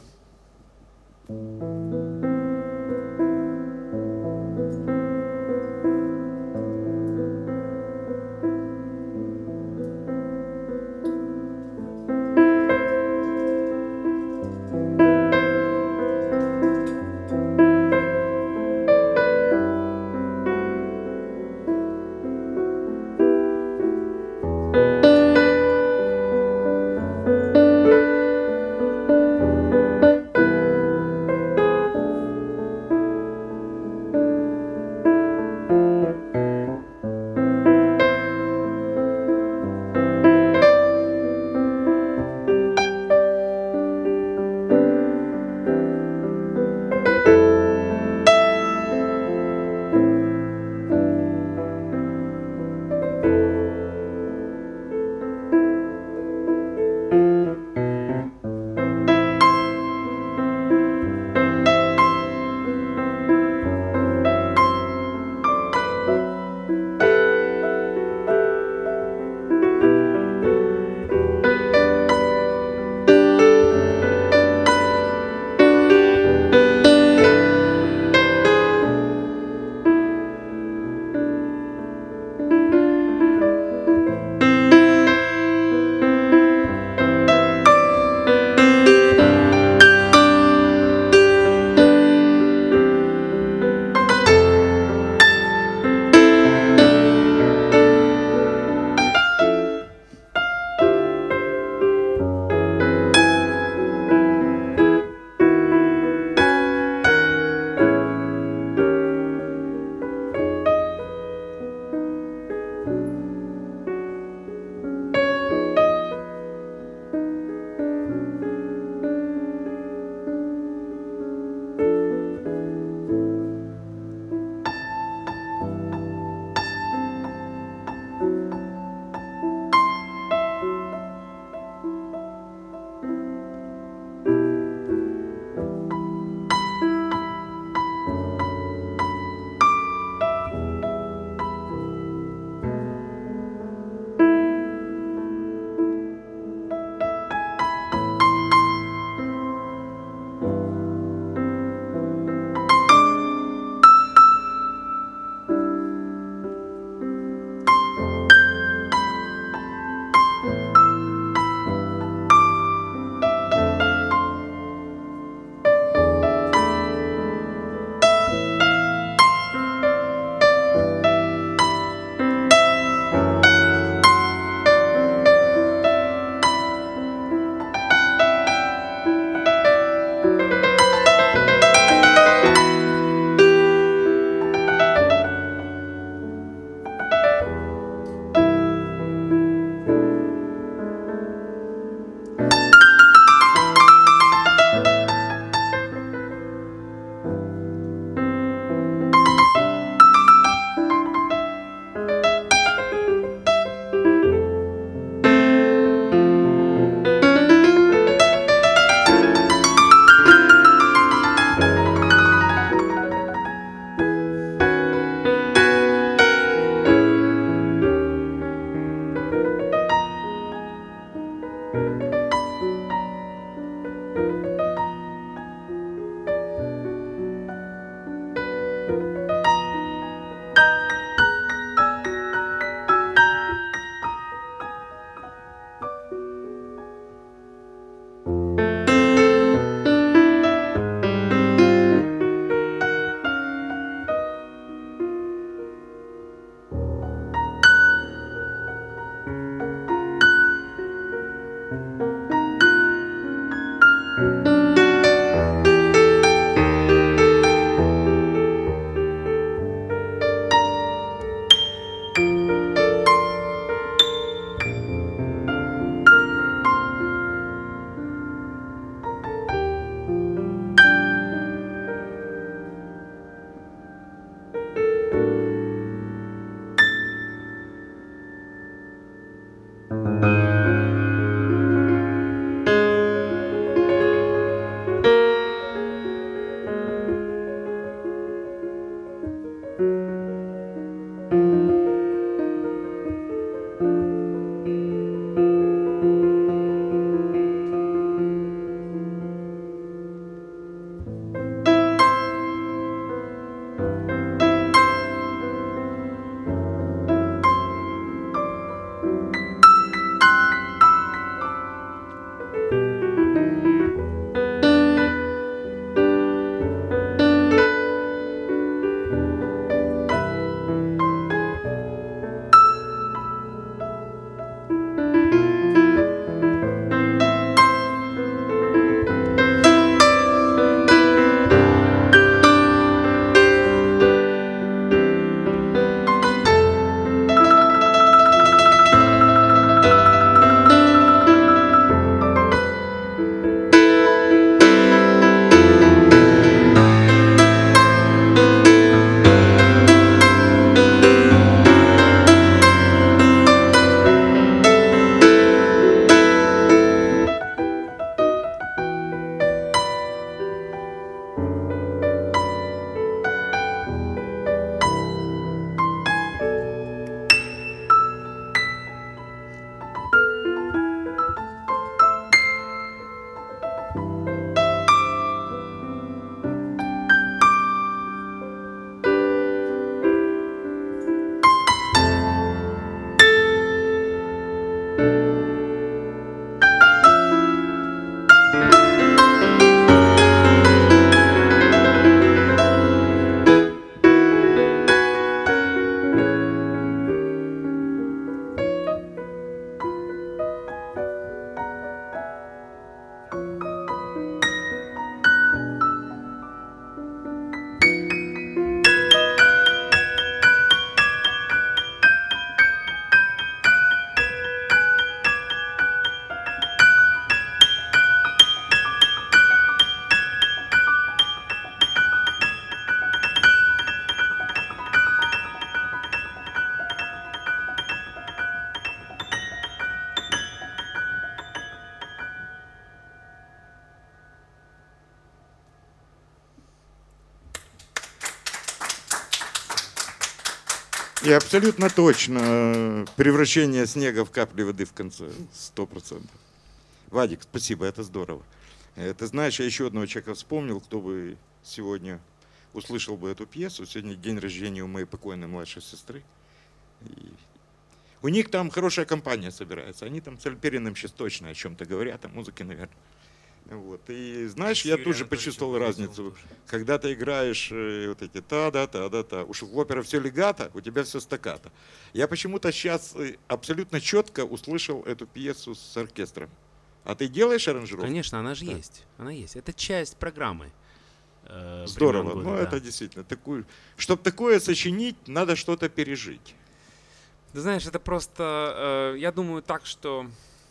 И абсолютно точно превращение снега в капли воды в конце. 100%. Вадик, спасибо, это здорово. Ты знаешь, я еще одного человека вспомнил, кто бы сегодня услышал бы эту пьесу. Сегодня день рождения у моей покойной младшей сестры. И у них там хорошая компания собирается. Они там с Альпериным сейчас точно о чем-то говорят, о музыке, наверное. Вот. И знаешь, я тут же почувствовал разницу. Когда ты играешь вот эти та-да-та-да-та, уж у опера все легато, у тебя все стаккато. Я почему-то сейчас абсолютно четко услышал эту пьесу с оркестром. А ты делаешь аранжировку? Конечно, она же есть. Она есть. Это часть программы. Здорово. Года, ну, да. это действительно. Чтобы такое сочинить, надо что-то пережить. Ты знаешь, это просто... я думаю так, что...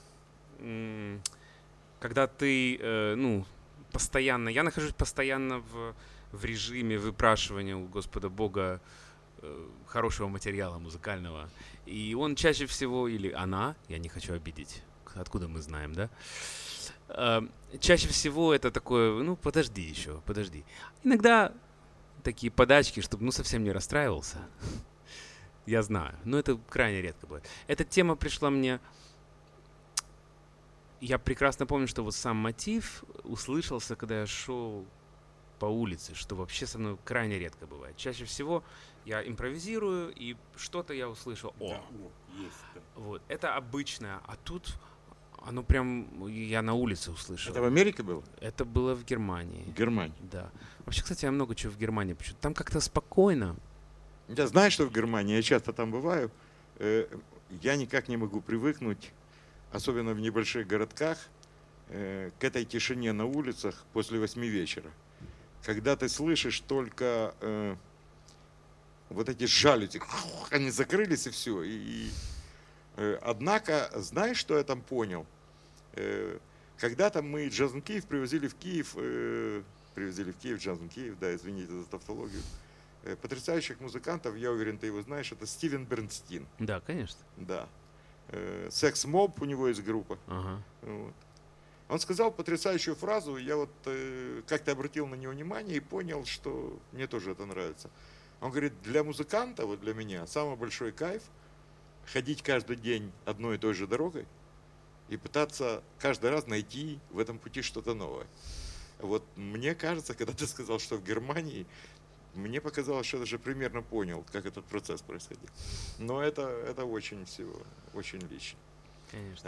когда ты, постоянно... Я нахожусь постоянно в режиме выпрашивания у Господа Бога хорошего материала музыкального. И он чаще всего, или она, я не хочу обидеть, откуда мы знаем, да? Чаще всего это такое, подожди. Иногда такие подачки, чтобы, совсем не расстраивался. Я знаю, но это крайне редко бывает. Эта тема пришла мне... Я прекрасно помню, что вот сам мотив услышался, когда я шел по улице, что вообще со мной крайне редко бывает. Чаще всего я импровизирую, и что-то я услышал. Вот, это обычное, а тут оно прям, я на улице услышал. Это в Америке было? Это было в Германии. В Германии. Да. Вообще, кстати, я много чего в Германии почему-то. Там как-то спокойно. Я знаю, что в Германии, я часто там бываю, я никак не могу привыкнуть, особенно в небольших городках, к этой тишине на улицах после 8 вечера. Когда ты слышишь только вот эти жалюзи, они закрылись и все. Однако, знаешь, что я там понял? Когда-то мы Джазн Киев привезли в Киев, Джазн Киев, да, извините за тавтологию, потрясающих музыкантов, я уверен, ты его знаешь, это Стивен Бернстин. Да, конечно. Да. Секс Моб, у него есть группа. Ага. Вот. Он сказал потрясающую фразу, я вот как-то обратил на него внимание и понял, что мне тоже это нравится. Он говорит, для музыканта, вот для меня, самый большой кайф ходить каждый день одной и той же дорогой и пытаться каждый раз найти в этом пути что-то новое. Вот мне кажется, когда ты сказал, что в Германии, мне показалось, что я даже примерно понял, как этот процесс происходил. Но это очень всего, очень лично. Конечно.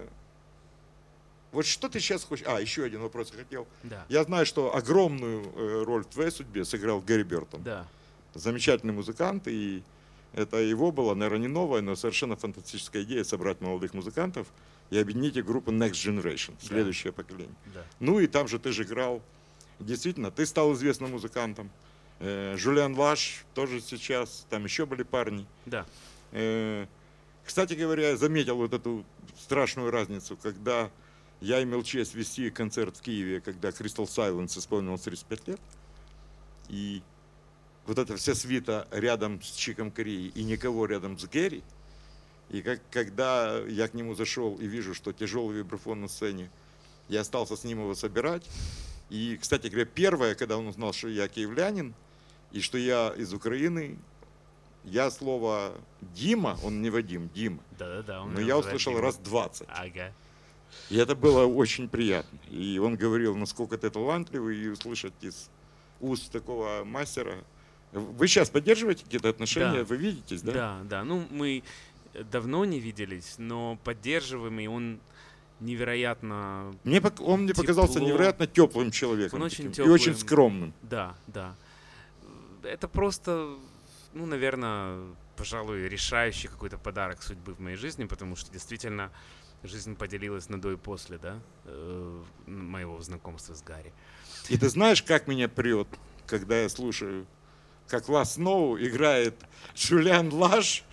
Вот что ты сейчас хочешь... еще один вопрос я хотел. Да. Я знаю, что огромную роль в твоей судьбе сыграл Гэри Бертон. Да. Замечательный музыкант, и это его была, наверное, не новая, но совершенно фантастическая идея собрать молодых музыкантов и объединить их в группу Next Generation, следующее поколение. Да. Ну и там же ты же играл. Действительно, ты стал известным музыкантом. Жюлиан Лаш тоже сейчас, там еще были парни. Да. Кстати говоря, я заметил вот эту страшную разницу, когда я имел честь вести концерт в Киеве, когда Crystal Silence исполнилось 35 лет. И вот эта вся свита рядом с Чиком Кореей и никого рядом с Гэри. И когда я к нему зашел и вижу, что тяжелый вибрафон на сцене, я остался с ним его собирать. И, кстати говоря, первое, когда он узнал, что я киевлянин и что я из Украины, я слово Дима, он не Вадим, Дима, Да. но я услышал раз 20. Ага. И это было очень приятно. И он говорил, насколько ты талантливый, и услышать из уст такого мастера. Вы сейчас поддерживаете какие-то отношения? Да. Вы видитесь, да? Да. Ну, мы давно не виделись, но поддерживаем, и он невероятно... Он мне показался тепло. невероятно теплым человеком. Он очень таким, и очень теплым. скромным. Да, да. Это просто, ну, наверное, пожалуй, решающий какой-то подарок судьбы в моей жизни, потому что действительно жизнь поделилась на до и после, да, моего знакомства с Гарри. И ты знаешь, как меня прет, когда я слушаю, как Лас Сноу играет Джулиан Лаш,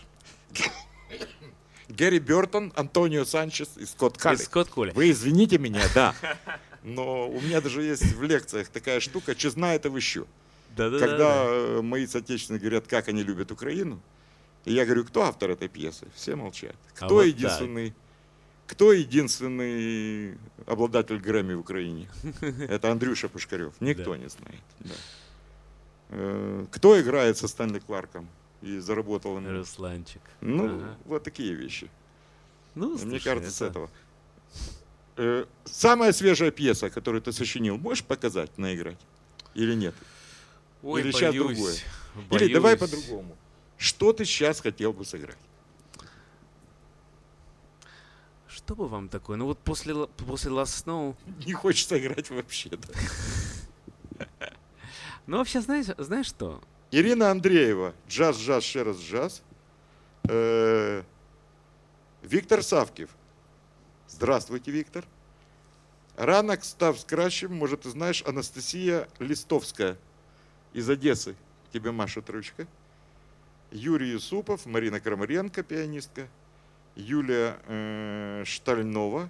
Гэри Бёртон, Антонио Санчес и Скотт Калли. И Скотт Колли. Вы извините меня, да. Но у меня даже есть в лекциях такая штука, че знает его еще. Да-да-да. Когда мои соотечественные говорят, как они любят Украину, и я говорю, кто автор этой пьесы? Все молчат. Кто вот единственный обладатель Грэмми в Украине? Это Андрюша Пушкарев. Никто не знает. Да. Кто играет со Стэнли Кларком и заработал ему? Русланчик. Ну, Ага. вот такие вещи. Ну, Мне слушай, кажется, с это- этого. Самая свежая пьеса, которую ты сочинил, можешь показать, наиграть? Или нет? Ой, Или сейчас боюсь, другое? боюсь. Или давай по-другому. Что ты сейчас хотел бы сыграть? Что бы вам такое? Ну вот после Last Snow... Не хочется играть вообще. Да. Ну вообще, знаешь что? Ирина Андреева, джаз, ще раз джаз. Виктор Савків. Здравствуйте, Виктор. Ранок став кращим, может, ты знаешь, Анастасия Листовская из Одессы. Тебе машет ручка. Юрий Юсупов, Марина Крамаренко, пианистка. Юлия Штальнова.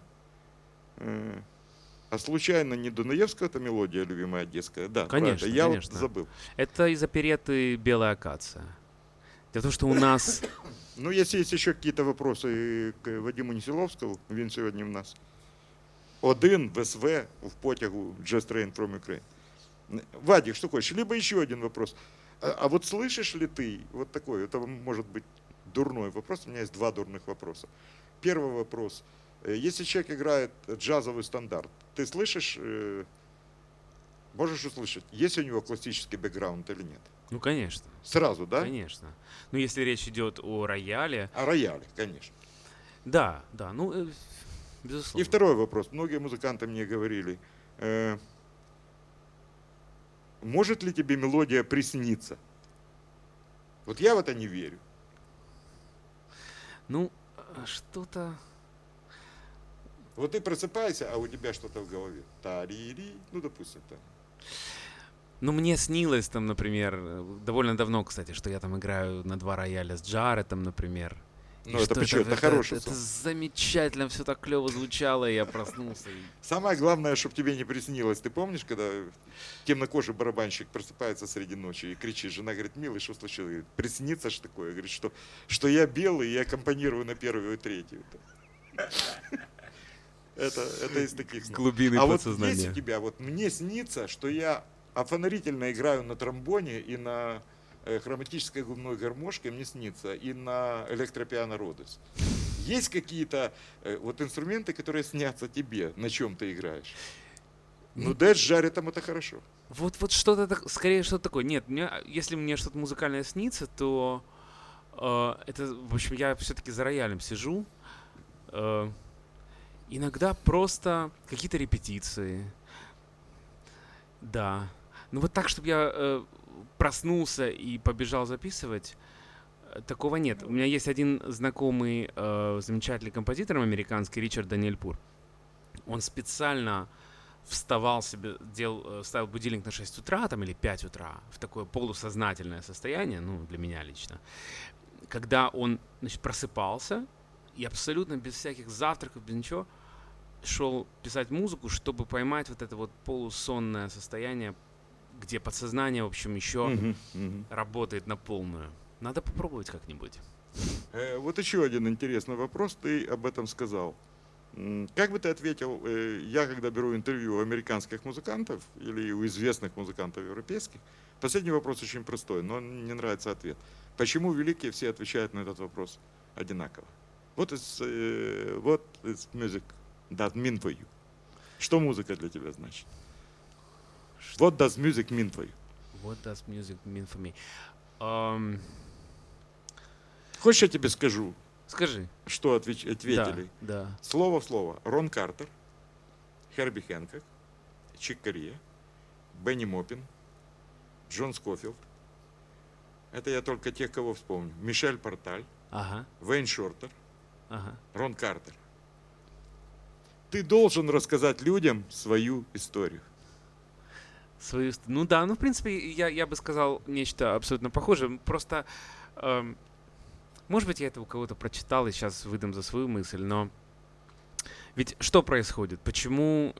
А случайно не Дунаевская эта мелодия, любимая одесская? Да, Конечно, правильно. Я конечно. вот забыл. Это из оперетты «Белая акация». Дело в том, что у нас... Ну, если есть еще какие-то вопросы к Вадиму Несіловському, він сьогодні в нас. Один в СВ в потягу Just Train from Ukraine. Вадик, что хочешь? Либо еще один вопрос. А вот слышишь ли ты, вот такой, это может быть дурной вопрос, у меня есть два дурных вопроса. Первый вопрос. Если человек играет джазовый стандарт, ты слышишь, можешь услышать, есть у него классический бэкграунд или нет? Ну, конечно. Сразу, да? Конечно. Ну, если речь идет о рояле... О рояле, конечно. Да, ну, безусловно. И второй вопрос. Многие музыканты мне говорили, может ли тебе мелодия присниться? Вот я в это не верю. Ну, что-то... Вот ты просыпаешься, а у тебя что-то в голове. Та-ри-ри, ну, допустим, там. Ну, мне снилось там, например, довольно давно, кстати, что я там играю на два рояля с Джаретом, например. Ну, И это что почему? Это хороший это сон. замечательно, все так клево звучало, и я проснулся. Самое главное, чтобы тебе не приснилось. Ты помнишь, когда темнокожий барабанщик просыпается среди ночи и кричит, жена говорит, милый, что случилось? Говорит, приснится ж такое? Говорит, что я белый и аккомпанирую на первую и третью. Это из таких снов. Глубины А вот подсознания. есть у тебя, вот мне снится, что я офонарительно играю на тромбоне и на хроматической губной гармошке, мне снится, и на электропиано Родес. Есть какие-то вот инструменты, которые снятся тебе, на чем ты играешь? Ну, да, с Джаретом это хорошо. Вот что-то, скорее что-то такое. Нет, если мне что-то музыкальное снится, то это, в общем, я все-таки за роялем сижу. Иногда просто какие-то репетиции. Да. Ну вот так, чтобы я проснулся и побежал записывать, такого нет. У меня есть один знакомый замечательный композитор американский, Ричард Даниэль Пур. Он специально вставал себе, ставил будильник на 6 утра там, или 5 утра в такое полусознательное состояние, ну, для меня лично, когда он, значит, просыпался и абсолютно без всяких завтраков, без ничего, шел писать музыку, чтобы поймать вот это вот полусонное состояние, где подсознание, в общем, еще работает на полную. Надо попробовать как-нибудь. Вот еще один интересный вопрос, ты об этом сказал. Как бы ты ответил, я когда беру интервью у американских музыкантов или у известных музыкантов европейских, последний вопрос очень простой, но мне нравится ответ. Почему великие все отвечают на этот вопрос одинаково? What is music that mean for you? Что музыка для тебя значит? What does music mean for you? What does music mean for me? Хочешь, я тебе скажу? Скажи. Что ответили? Да. Слово в слово. Рон Картер, Херби Хэнкок, Чик Корье, Бенни Моппин, Джон Скофилд. Это я только тех, кого вспомню. Мишель Порталь, Ага. Вейн Шортер, Ага. Рон Картер. Ты должен рассказать людям свою историю. Ну да, в принципе, я бы сказал нечто абсолютно похожее. Просто, может быть, я это у кого-то прочитал и сейчас выдам за свою мысль, но ведь что происходит? Почему,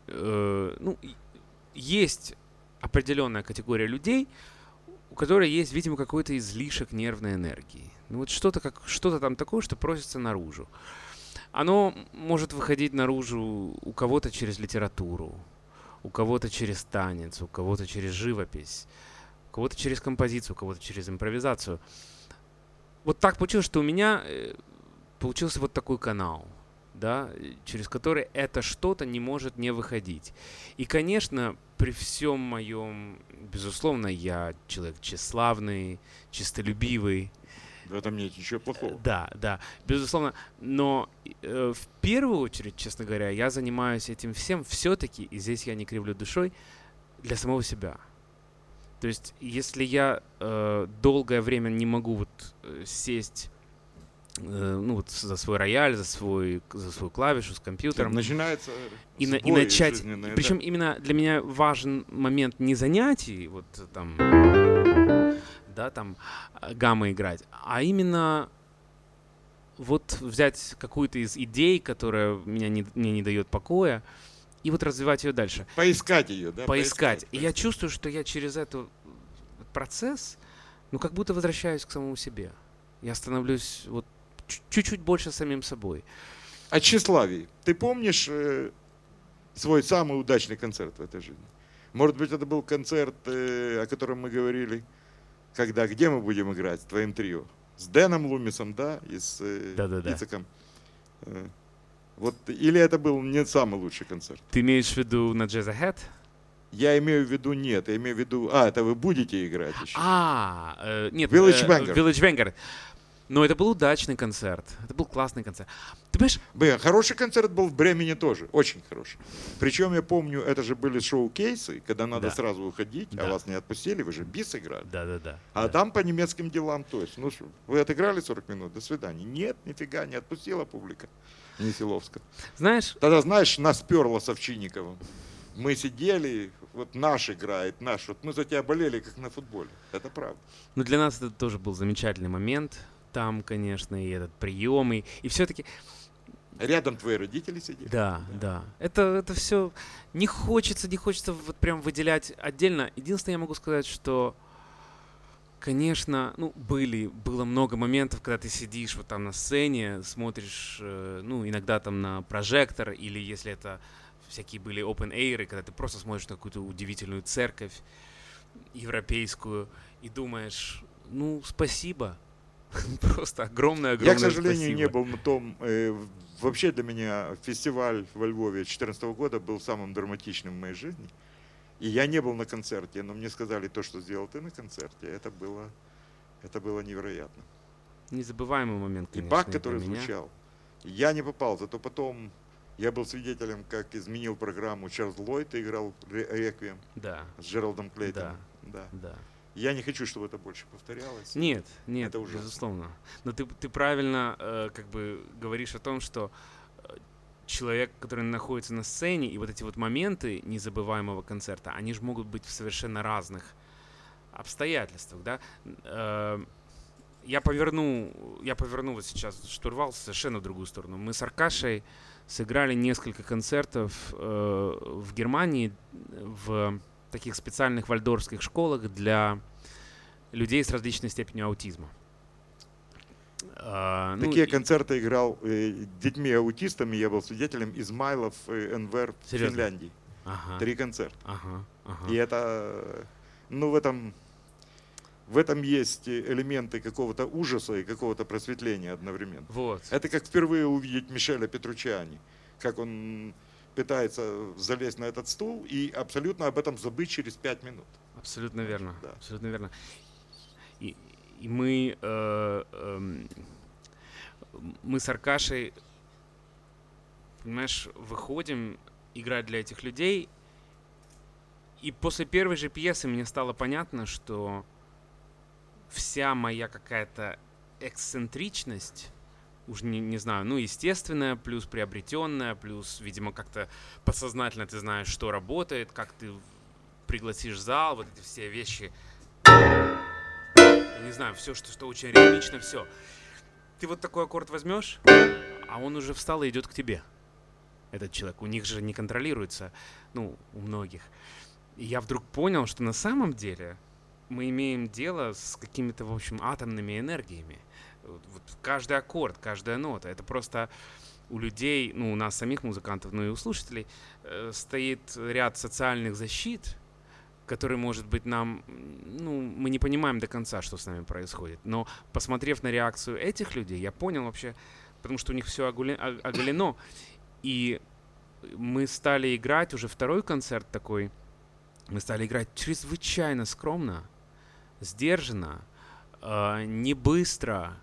есть определенная категория людей, у которой есть, видимо, какой-то излишек нервной энергии. Ну вот что-то там такое, что просится наружу. Оно может выходить наружу у кого-то через литературу, у кого-то через танец, у кого-то через живопись, у кого-то через композицию, у кого-то через импровизацию. Вот так получилось, что у меня получился вот такой канал, да, через который это что-то не может не выходить. И, конечно, при всем моем, безусловно, я человек тщеславный, честолюбивый. В этом нет ничего плохого. Да, безусловно. Но в первую очередь, честно говоря, я занимаюсь этим всем все-таки, и здесь я не кривлю душой, для самого себя. То есть, если я долгое время не могу сесть за свой рояль, за свою клавишу с компьютером. Начинается и начать. Причем именно для меня важен момент не занятий, гаммы играть, а именно взять какую-то из идей, которая мне не дает покоя, и развивать ее дальше. Поискать ее, да? Поискать. И я чувствую, что я через этот процесс, как будто возвращаюсь к самому себе. Я становлюсь чуть-чуть больше самим собой. О тщеславии. Ты помнишь свой самый удачный концерт в этой жизни? Может быть, это был концерт, о котором мы говорили, где мы будем играть с твоим трио? С Дэном Лумисом, да? И с Ицеком. Или это был не самый лучший концерт? Ты имеешь в виду на Jazz Ahead? Я имею в виду нет. Я имею в виду, это вы будете играть еще? Нет. Village Vanguard. Village Vanguard. Но это был удачный концерт. Это был классный концерт. Ты понимаешь? Хороший концерт был в Бремени тоже. Очень хороший. Причем я помню, это же были шоу-кейсы, когда надо сразу уходить, а вас не отпустили, вы же бис играли. Да. Там по немецким делам, то есть, вы отыграли 40 минут, до свидания. Нет, нифига, не отпустила публика. Нефиловска. Знаешь? Тогда, нас перло с Овчинниковым. Мы сидели, наш играет, наш. Мы за тебя болели, как на футболе. Это правда. Для нас это тоже был замечательный момент. Там, конечно, и этот прием, и все-таки... Рядом твои родители сидели? Да. Это все... Не хочется прям выделять отдельно. Единственное, я могу сказать, что, конечно, было много моментов, когда ты сидишь там на сцене, смотришь, иногда там на прожектор, или если это всякие были open air, когда ты просто смотришь на какую-то удивительную церковь европейскую и думаешь, спасибо. Просто огромное Я, к сожалению, спасибо. не был на том. Вообще для меня фестиваль во Львове 2014 года был самым драматичным в моей жизни. И я не был на концерте, но мне сказали то, что сделал ты на концерте. Это было невероятно. Незабываемый момент, конечно. И Бах, который звучал. Я не попал, зато потом я был свидетелем, как изменил программу Чарльз Ллойд и играл «Реквием» с Джеральдом Клейтоном. Да. Я не хочу, чтобы это больше повторялось. Нет, это ужасно. Безусловно. Но ты правильно говоришь о том, что человек, который находится на сцене, и эти моменты незабываемого концерта, они же могут быть в совершенно разных обстоятельствах, да. Я поверну сейчас штурвал совершенно в другую сторону. Мы с Аркашей сыграли несколько концертов в Германии в таких специальных вальдорфских школах для людей с различной степенью аутизма. Такие концерты играл детьми-аутистами, я был свидетелем, Измайлов, Энвер в Финляндии. 3 концерта. И это, в этом есть элементы какого-то ужаса и какого-то просветления одновременно. Это как впервые увидеть Мишеля Петруччиани, как он пытается залезть на этот стул и абсолютно об этом забыть через 5 минут. Абсолютно верно. Да. Абсолютно верно. И мы мы с Аркашей, понимаешь, выходим играть для этих людей, и после первой же пьесы мне стало понятно, что вся моя какая-то эксцентричность, уж не знаю, ну, естественная, плюс приобретенная, плюс, видимо, как-то подсознательно ты знаешь, что работает, как ты пригласишь зал, вот эти все вещи, я не знаю, все, что очень ритмично, все. Ты вот такой аккорд возьмешь, а он уже встал и идет к тебе, этот человек. У них же не контролируется, ну, у многих. И я вдруг понял, что на самом деле мы имеем дело с какими-то, в общем, атомными энергиями. Вот каждый аккорд, каждая нота, это просто у людей, ну, у нас самих музыкантов, ну и у слушателей, стоит ряд социальных защит, которые, может быть, нам, ну, мы не понимаем до конца, что с нами происходит. Но посмотрев на реакцию этих людей, я понял вообще, потому что у них все оголено. И мы стали играть, уже второй концерт такой, мы стали играть чрезвычайно скромно, сдержанно, не быстро.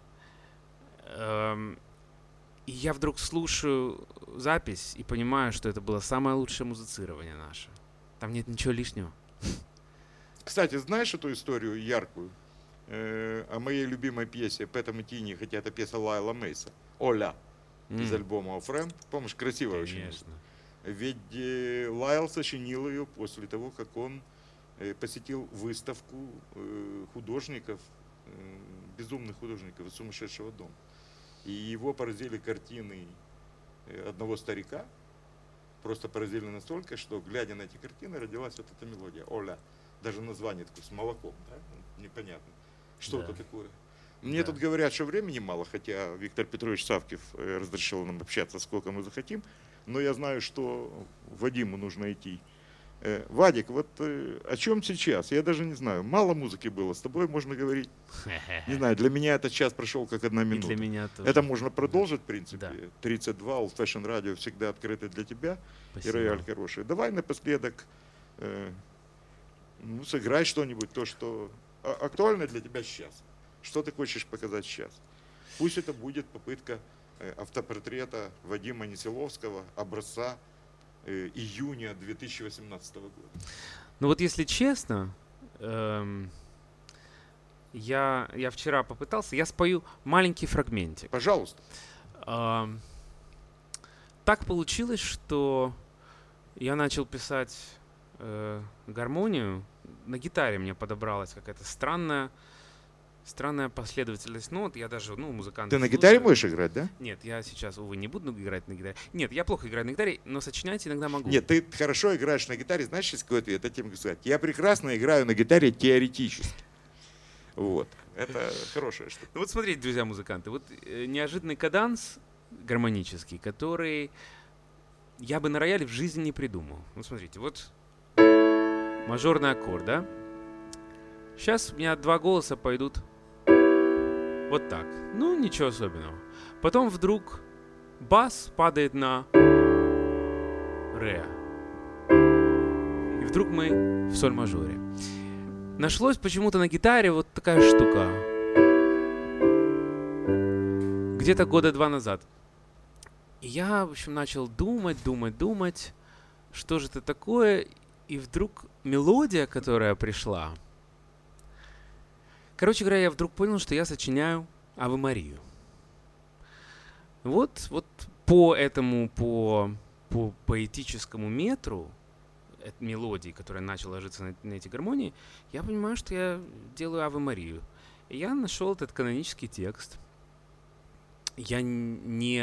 И я вдруг слушаю запись и понимаю, что это было самое лучшее музицирование наше. Там нет ничего лишнего. Кстати, знаешь эту историю яркую о моей любимой пьесе «Пэт и Тини», хотя это пьеса Лайла Мейса, «Оля», из альбома «О Фрэм». Помнишь, красивая очень. Конечно. Ведь Лайл сочинил ее после того, как он посетил выставку художников, безумных художников из сумасшедшего дома. И его поразили картины одного старика, просто поразили настолько, что, глядя на эти картины, родилась вот эта мелодия «Оля». Даже название такое, с молоком, да? Непонятно, что это такое. Мне тут говорят, что времени мало, хотя Виктор Петрович Савкив разрешил нам общаться сколько мы захотим, но я знаю, что Вадиму нужно идти. Вадик, вот о чем сейчас? Я даже не знаю. Мало музыки было, с тобой можно говорить. Не знаю, для меня этот час прошел как 1 минута. И для меня тоже. Это можно продолжить, в принципе. Да. 32, Old Fashion Radio всегда открыты для тебя. Спасибо. И рояль хороший. Давай напоследок сыграй что-нибудь, то, что актуально для тебя сейчас. Что ты хочешь показать сейчас? Пусть это будет попытка автопортрета Вадима Несиловского, образца июня 2018 года. Ну вот если честно, я вчера попытался, я спою маленький фрагментик. Пожалуйста. Так получилось, что я начал писать гармонию. На гитаре мне подобралась какая-то странная последовательность нот. Я даже, музыкант. Ты на гитаре будешь играть, да? Нет, я сейчас, увы, не буду играть на гитаре. Нет, я плохо играю на гитаре, но сочинять иногда могу. Нет, ты хорошо играешь на гитаре. Знаешь, сейчас какой ответ? Я тебе могу сказать. Я прекрасно играю на гитаре теоретически. Вот. Это хорошая штука. Ну вот смотрите, друзья музыканты, вот неожиданный каданс гармонический, который я бы на рояле в жизни не придумал. Вот смотрите, вот мажорный аккорд, да? Сейчас у меня 2 голоса пойдут вот так. Ну, ничего особенного. Потом вдруг бас падает на ре. И вдруг мы в соль мажоре. Нашлось почему-то на гитаре вот такая штука. Где-то 2 года назад. И я, в общем, начал думать, что же это такое. И вдруг мелодия, которая пришла. Короче говоря, я вдруг понял, что я сочиняю Аве Марию. Вот по этому, по поэтическому метру мелодии, которая начала ложиться на эти гармонии, я понимаю, что я делаю Аве Марию. И я нашел этот канонический текст. Я не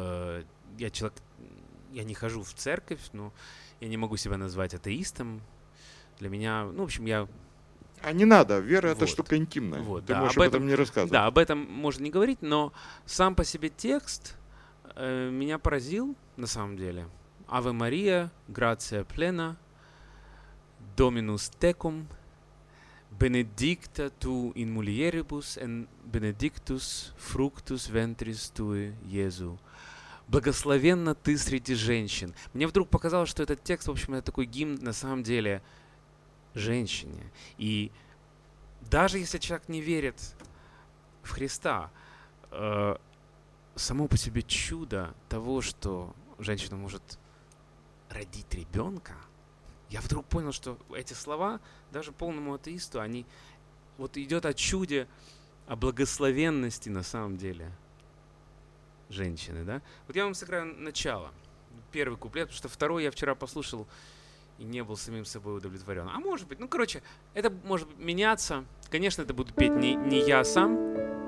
хожу в церковь, но я не могу себя назвать атеистом. Для меня, в общем, я... А не надо, вера это штука интимная. Вот, Ты да, можешь об этом не рассказывать. Да, об этом можно не говорить, но сам по себе текст меня поразил, на самом деле. Аве Мария, грация плена, Dominus tecum, benedicta tu in mulieribus, et benedictus fructus ventris tui, Иисус. Благословенна ты среди женщин. Мне вдруг показалось, что этот текст, в общем, это такой гимн, на самом деле, женщине. И даже если человек не верит в Христа, само по себе чудо того, что женщина может родить ребенка, я вдруг понял, что эти слова даже полному атеисту, они вот идет о чуде, о благословенности на самом деле женщины, да? Вот я вам сыграю начало, первый куплет, потому что второй я вчера послушал и не был самим собой удовлетворен. А может быть, это может меняться. Конечно, это буду петь не я сам.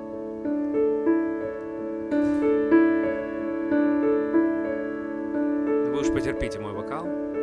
Вы уж потерпите мой вокал.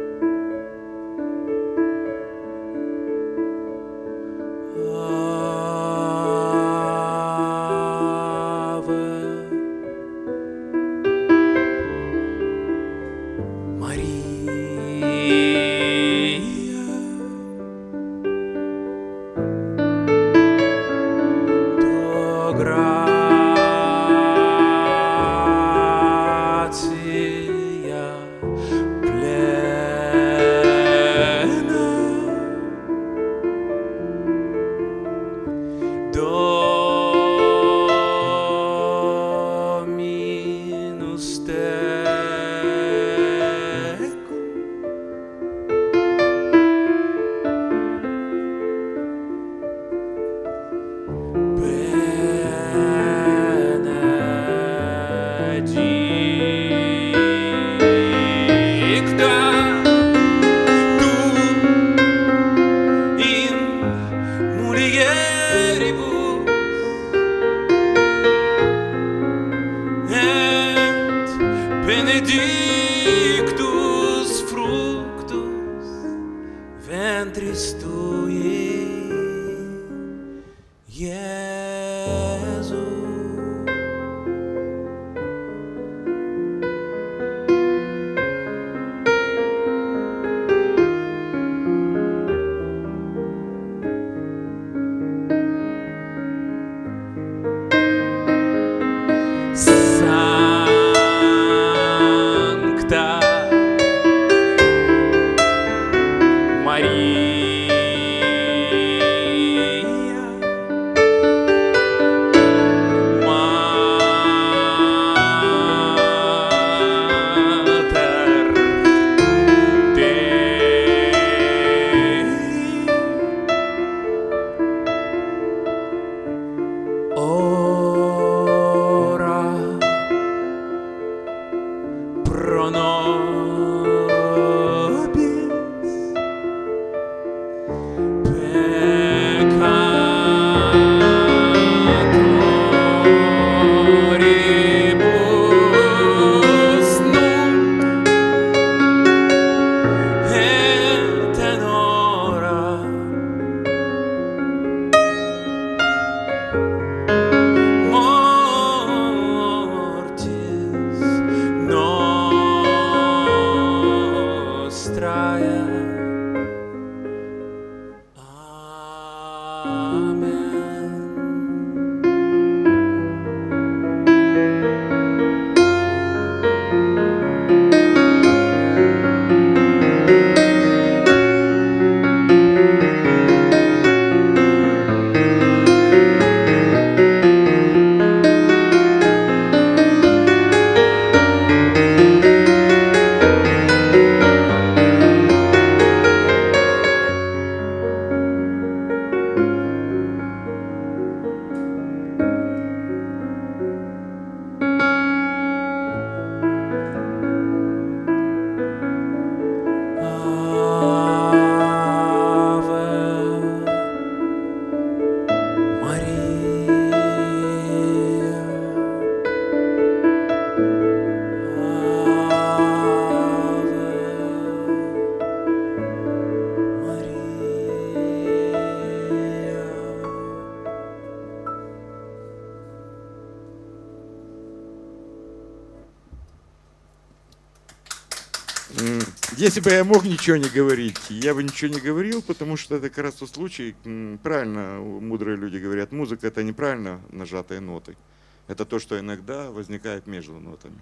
Если бы я мог ничего не говорить, я бы ничего не говорил, потому что это как раз тот случай, правильно мудрые люди говорят, музыка — это неправильно нажатые ноты. Это то, что иногда возникает между нотами.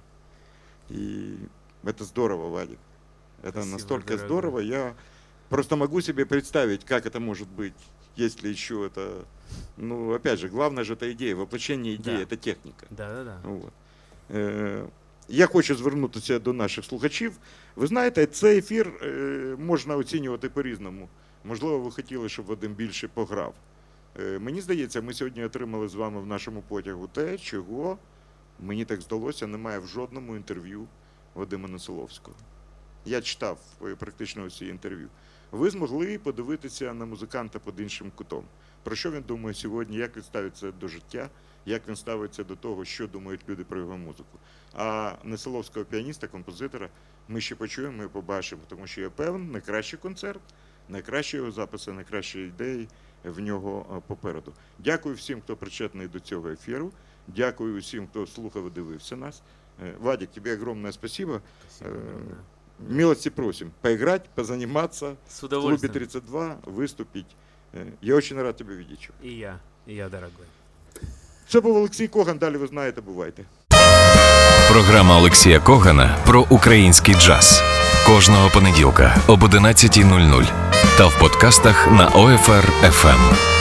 И это здорово, Вадик. Это Спасибо, настолько дорогой. здорово. Я просто могу себе представить, как это может быть, если еще это... Ну, опять же, главное же это идея, воплощение идеи, Да. это техника. Да-да-да. Вот. Я хочу звернутися до наших слухачів. Ви знаєте, цей ефір можна оцінювати по-різному. Можливо, ви хотіли, щоб Вадим більше пограв. Мені здається, ми сьогодні отримали з вами в нашому потягу те, чого, мені так здалося, немає в жодному інтерв'ю Вадима Несоловського. Я читав практично усі інтерв'ю. Ви змогли подивитися на музиканта під іншим кутом. Про що він думає сьогодні, як він ставиться до життя, як він ставиться до того, що думають люди про його музику. А Несоловського піаніста, композитора ми ще почуємо і побачимо, тому що я певен, найкращий концерт, найкращі його записи, найкращі ідеї в нього попереду. Дякую всім, хто причетний до цього ефіру. Дякую всім, хто слухав і дивився нас. Вадик, тебе огромное спасибо. Милости просим поиграть, позаниматься в клубе 32, выступить. Я очень рад тебя видеть. И я, дорогой. Це був Олексій Коган, далі ви знаєте, бувайте. Програма Олексія Когана про український джаз. Кожного понеділка об 11:00 та в подкастах на OFR FM.